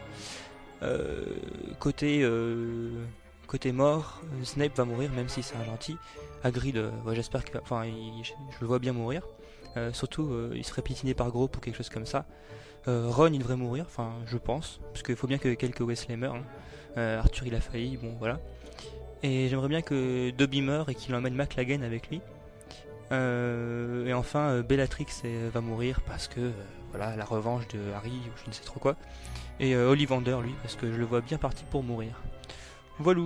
[SPEAKER 18] Côté mort, Snape va mourir, même si c'est un gentil. Hagrid, j'espère qu'il va... je le vois bien mourir. Surtout, il serait piétiné par Groupe ou quelque chose comme ça. Ron, il devrait mourir, je pense. Parce qu'il faut bien que quelques Weasley meurent. Arthur, il a failli, voilà. Et j'aimerais bien que Dobby meure et qu'il emmène McLaggen avec lui. Et enfin, Bellatrix va mourir parce que, la revanche de Harry, ou je ne sais trop quoi. Et Ollivander, lui, parce que je le vois bien parti pour mourir. Voilà.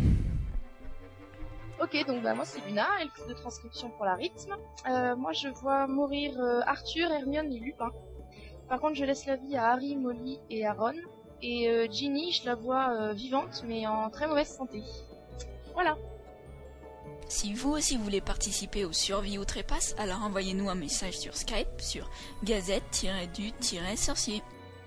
[SPEAKER 19] Ok, donc moi c'est Luna, elfe de transcription pour la rythme. Moi je vois mourir Arthur, Hermione et Lupin. Par contre je laisse la vie à Harry, Molly et à Ron. Et Ginny, je la vois vivante mais en très mauvaise santé. Voilà.
[SPEAKER 2] Si vous aussi voulez participer au Survie Outrepasse, alors envoyez-nous un message sur Skype sur gazette-du-sorcier.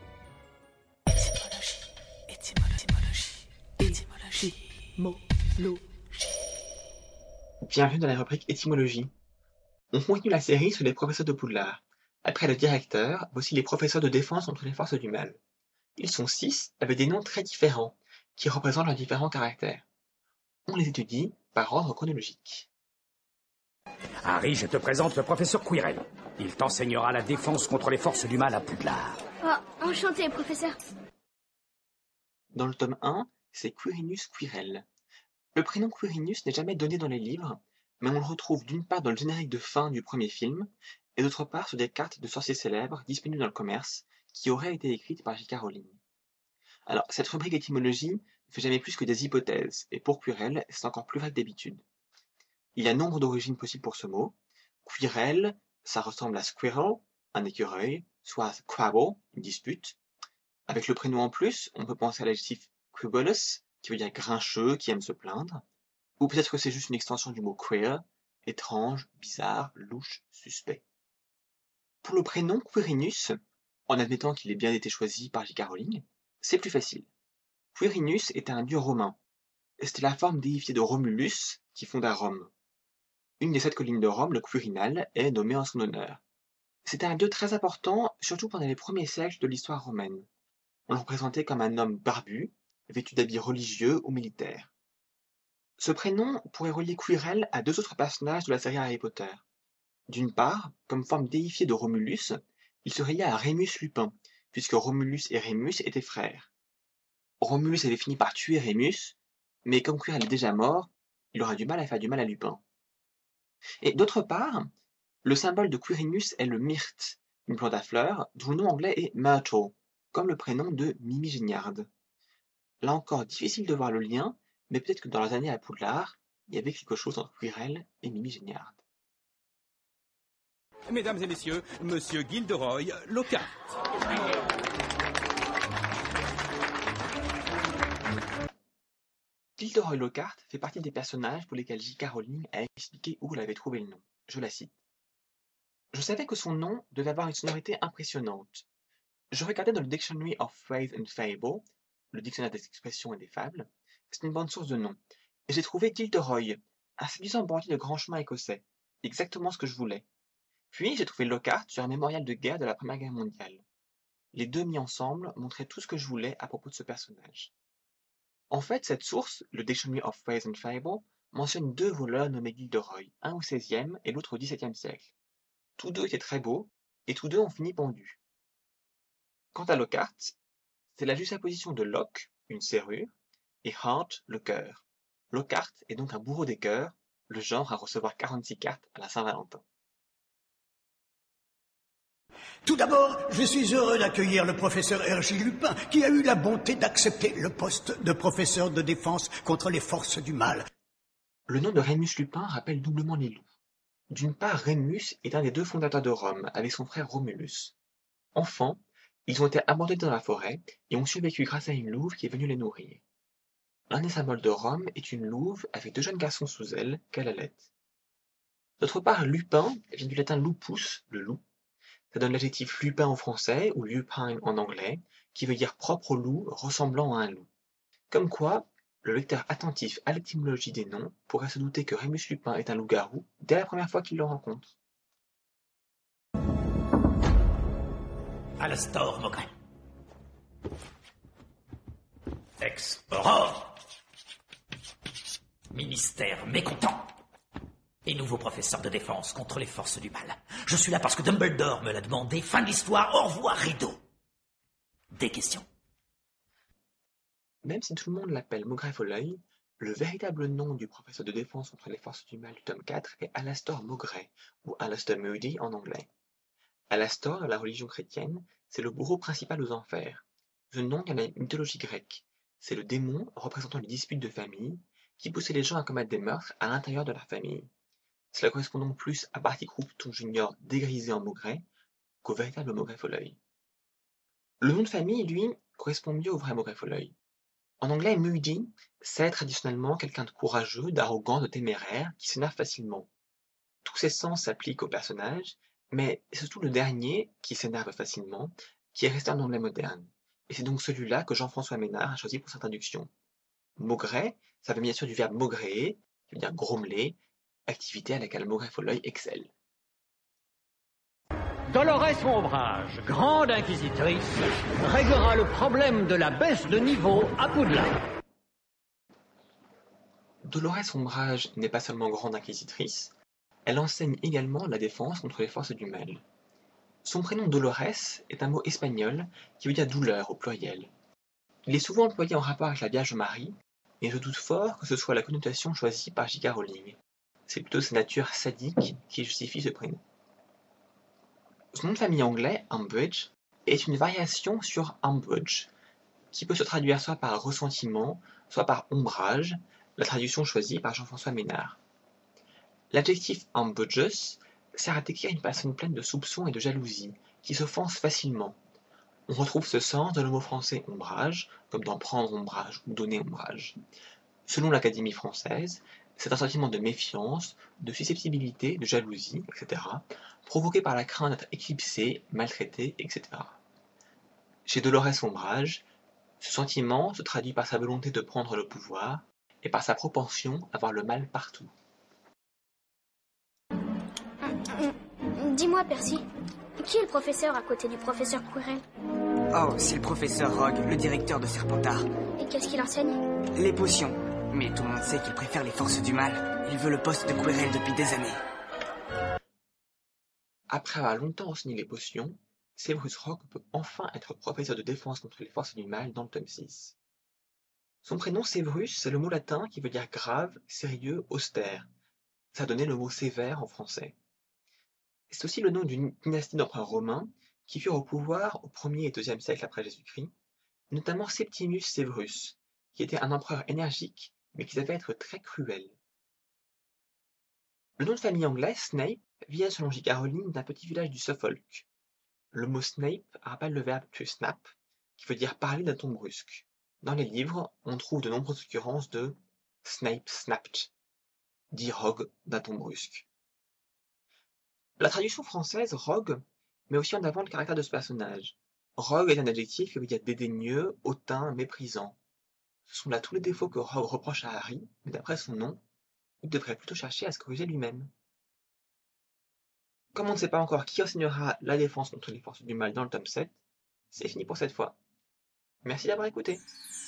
[SPEAKER 3] Bienvenue dans la rubrique étymologie. On continue la série sur les professeurs de Poudlard. Après le directeur, voici les professeurs de défense contre les forces du mal. Ils sont 6 avec des noms très différents, qui représentent leurs différents caractères. On les étudie par ordre chronologique.
[SPEAKER 20] Harry, je te présente le professeur Quirrell. Il t'enseignera la défense contre les forces du mal à Poudlard.
[SPEAKER 12] Oh, enchanté, professeur.
[SPEAKER 3] Dans le tome 1, c'est Quirinus Quirrell. Le prénom Quirinus n'est jamais donné dans les livres, mais on le retrouve d'une part dans le générique de fin du premier film, et d'autre part sur des cartes de sorciers célèbres disponibles dans le commerce, qui auraient été écrites par J.K. Rowling. Alors, cette rubrique étymologie ne fait jamais plus que des hypothèses, et pour Quirrell, c'est encore plus vague d'habitude. Il y a nombre d'origines possibles pour ce mot. Quirrell, ça ressemble à squirrel, un écureuil, soit à squabble, une dispute. Avec le prénom en plus, on peut penser à l'adjectif quibulous, qui veut dire grincheux, qui aime se plaindre. Ou peut-être que c'est juste une extension du mot queer, étrange, bizarre, louche, suspect. Pour le prénom Quirinus, en admettant qu'il ait bien été choisi par J.K. Rowling, c'est plus facile. Quirinus était un dieu romain. C'était la forme déifiée de Romulus, qui fonda Rome. Une des 7 collines de Rome, le Quirinal, est nommée en son honneur. C'était un dieu très important, surtout pendant les premiers siècles de l'histoire romaine. On le représentait comme un homme barbu, vêtu d'habits religieux ou militaires. Ce prénom pourrait relier Quirrell à 2 autres personnages de la série Harry Potter. D'une part, comme forme déifiée de Romulus, il serait lié à Rémus Lupin, puisque Romulus et Rémus étaient frères. Romulus avait fini par tuer Rémus, mais comme Quirrell est déjà mort, il aura du mal à faire du mal à Lupin. Et d'autre part, le symbole de Quirinus est le myrte, une plante à fleurs dont le nom anglais est myrtle, comme le prénom de Mimi Géniarde. Là encore, difficile de voir le lien, mais peut-être que dans les années à Poudlard, il y avait quelque chose entre Quirrell et Mimi Géniarde.
[SPEAKER 21] Mesdames et messieurs, Monsieur Gilderoy Lockhart.
[SPEAKER 3] Gilderoy Lockhart fait partie des personnages pour lesquels J.K. Rowling a expliqué où elle avait trouvé le nom. Je la cite. Je savais que son nom devait avoir une sonorité impressionnante. Je regardais dans le Dictionary of Phrase and Fable, le dictionnaire des expressions et des fables, c'est une bonne source de nom, et j'ai trouvé Gilderoy, un séduisant bandit de grand chemin écossais, exactement ce que je voulais. Puis j'ai trouvé Lockhart sur un mémorial de guerre de la Première Guerre mondiale. Les deux mis ensemble montraient tout ce que je voulais à propos de ce personnage. En fait, cette source, le Dictionary of Phrase and Fable, mentionne 2 voleurs nommés Gilderoy, un au XVIe et l'autre au XVIIe siècle. Tous 2 étaient très beaux, et tous 2 ont fini pendus. Quant à Lockhart, c'est la juxtaposition de Lock, une serrure, et Heart, le cœur. Lockhart est donc un bourreau des cœurs, le genre à recevoir 46 cartes à la Saint-Valentin.
[SPEAKER 9] Tout d'abord, je suis heureux d'accueillir le professeur R.J. Lupin, qui a eu la bonté d'accepter le poste de professeur de défense contre les forces du mal.
[SPEAKER 3] Le nom de Rémus Lupin rappelle doublement les loups. D'une part, Rémus est un des 2 fondateurs de Rome, avec son frère Romulus. Enfants, ils ont été abandonnés dans la forêt et ont survécu grâce à une louve qui est venue les nourrir. L'un des symboles de Rome est une louve avec 2 jeunes garçons sous elle qu'elle allait. D'autre part, Lupin vient du latin lupus, le loup. Ça donne l'adjectif lupin en français ou lupine en anglais, qui veut dire propre au loup, ressemblant à un loup. Comme quoi, le lecteur attentif à l'étymologie des noms pourrait se douter que Rémus Lupin est un loup-garou dès la première fois qu'il le rencontre.
[SPEAKER 20] Alastor Maugret. Ex-Aurore. Ministère mécontent. Et nouveau professeur de défense contre les forces du mal. Je suis là parce que Dumbledore me l'a demandé. Fin de l'histoire, au revoir, rideau. Des questions?
[SPEAKER 3] Même si tout le monde l'appelle Maugret-Foleuil, le véritable nom du professeur de défense contre les forces du mal du tome 4 est Alastor Maugret, ou Alastor Moody en anglais. Alastor, dans la religion chrétienne, c'est le bourreau principal aux enfers. Ce nom vient de la mythologie grecque. C'est le démon représentant les disputes de famille qui poussait les gens à commettre des meurtres à l'intérieur de leur famille. Cela correspond donc plus à Barty Croupton Jr. dégrisé en Maugret qu'au véritable Maugret-Foleuil. Le nom de famille, lui, correspond mieux au vrai Maugret-Foleuil. En anglais, Moody, c'est traditionnellement quelqu'un de courageux, d'arrogant, de téméraire, qui s'énerve facilement. Tous ces sens s'appliquent au personnage, mais c'est surtout le dernier, qui s'énerve facilement, qui est resté en anglais moderne. Et c'est donc celui-là que Jean-François Ménard a choisi pour sa traduction. Maugret, ça vient bien sûr du verbe maugréer, qui veut dire grommeler, activité à laquelle Maugret-Foleuil excelle.
[SPEAKER 8] Dolores Ombrage, grande inquisitrice, réglera le problème de la baisse de niveau à Poudlard.
[SPEAKER 3] Dolores Ombrage n'est pas seulement grande inquisitrice, elle enseigne également la défense contre les forces du mal. Son prénom Dolores est un mot espagnol qui veut dire douleur au pluriel. Il est souvent employé en rapport avec la Vierge Marie, et je doute fort que ce soit la connotation choisie par J.K. Rowling. C'est plutôt sa nature sadique qui justifie ce prénom. Son nom de famille anglais, Umbridge, est une variation sur Umbridge, qui peut se traduire soit par ressentiment, soit par ombrage, la traduction choisie par Jean-François Ménard. L'adjectif umbrageous sert à décrire une personne pleine de soupçons et de jalousie, qui s'offense facilement. On retrouve ce sens dans le mot français ombrage, comme dans prendre ombrage ou donner ombrage. Selon l'Académie française, c'est un sentiment de méfiance, de susceptibilité, de jalousie, etc., provoqué par la crainte d'être éclipsé, maltraité, etc. Chez Dolores Ombrage, ce sentiment se traduit par sa volonté de prendre le pouvoir et par sa propension à voir le mal partout.
[SPEAKER 12] Dis-moi, Percy, qui est le professeur à côté du professeur Quirrell?
[SPEAKER 1] Oh, c'est le professeur Rogue, le directeur de Serpentard.
[SPEAKER 12] Et qu'est-ce qu'il enseigne?
[SPEAKER 1] Les potions. Mais tout le monde sait qu'il préfère les forces du mal. Il veut le poste de Quirrell depuis des années.
[SPEAKER 3] Après avoir longtemps enseigné les potions, Severus Rogue peut enfin être professeur de défense contre les forces du mal dans le tome 6. Son prénom Severus, c'est le mot latin qui veut dire grave, sérieux, austère. Ça a donné le mot sévère en français. C'est aussi le nom d'une dynastie d'empereurs romains qui furent au pouvoir au 1er et 2e siècle après Jésus-Christ, notamment Septimius Severus, qui était un empereur énergique, mais qui savait être très cruel. Le nom de famille anglais, Snape, vient selon J.K. Rowling d'un petit village du Suffolk. Le mot Snape rappelle le verbe to snap, qui veut dire parler d'un ton brusque. Dans les livres, on trouve de nombreuses occurrences de Snape snapped, dit Rogue d'un ton brusque. La traduction française, rogue, met aussi en avant le caractère de ce personnage. Rogue est un adjectif qui veut dire dédaigneux, hautain, méprisant. Ce sont là tous les défauts que Rogue reproche à Harry, mais d'après son nom, il devrait plutôt chercher à se corriger lui-même. Comme on ne sait pas encore qui enseignera la défense contre les forces du mal dans le tome 7, c'est fini pour cette fois. Merci d'avoir écouté.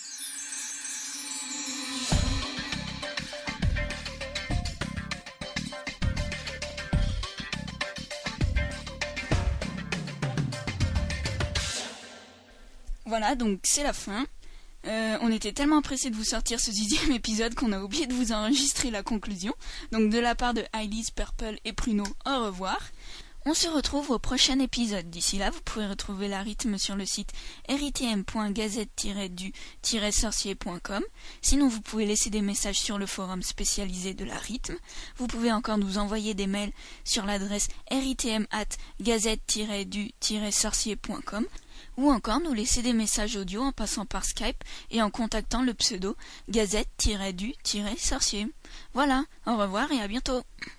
[SPEAKER 2] Voilà, donc c'est la fin. On était tellement pressés de vous sortir ce 10e épisode qu'on a oublié de vous enregistrer la conclusion. Donc de la part de Alice, Purple et Pruno, au revoir. On se retrouve au prochain épisode. D'ici là, vous pouvez retrouver la rythme sur le site ritm.gazette-du-sorcier.com. Sinon, vous pouvez laisser des messages sur le forum spécialisé de la rythme. Vous pouvez encore nous envoyer des mails sur l'adresse ritm@gazette-du-sorcier.com ou encore nous laisser des messages audio en passant par Skype et en contactant le pseudo gazette-du-sorcier. Voilà, au revoir et à bientôt.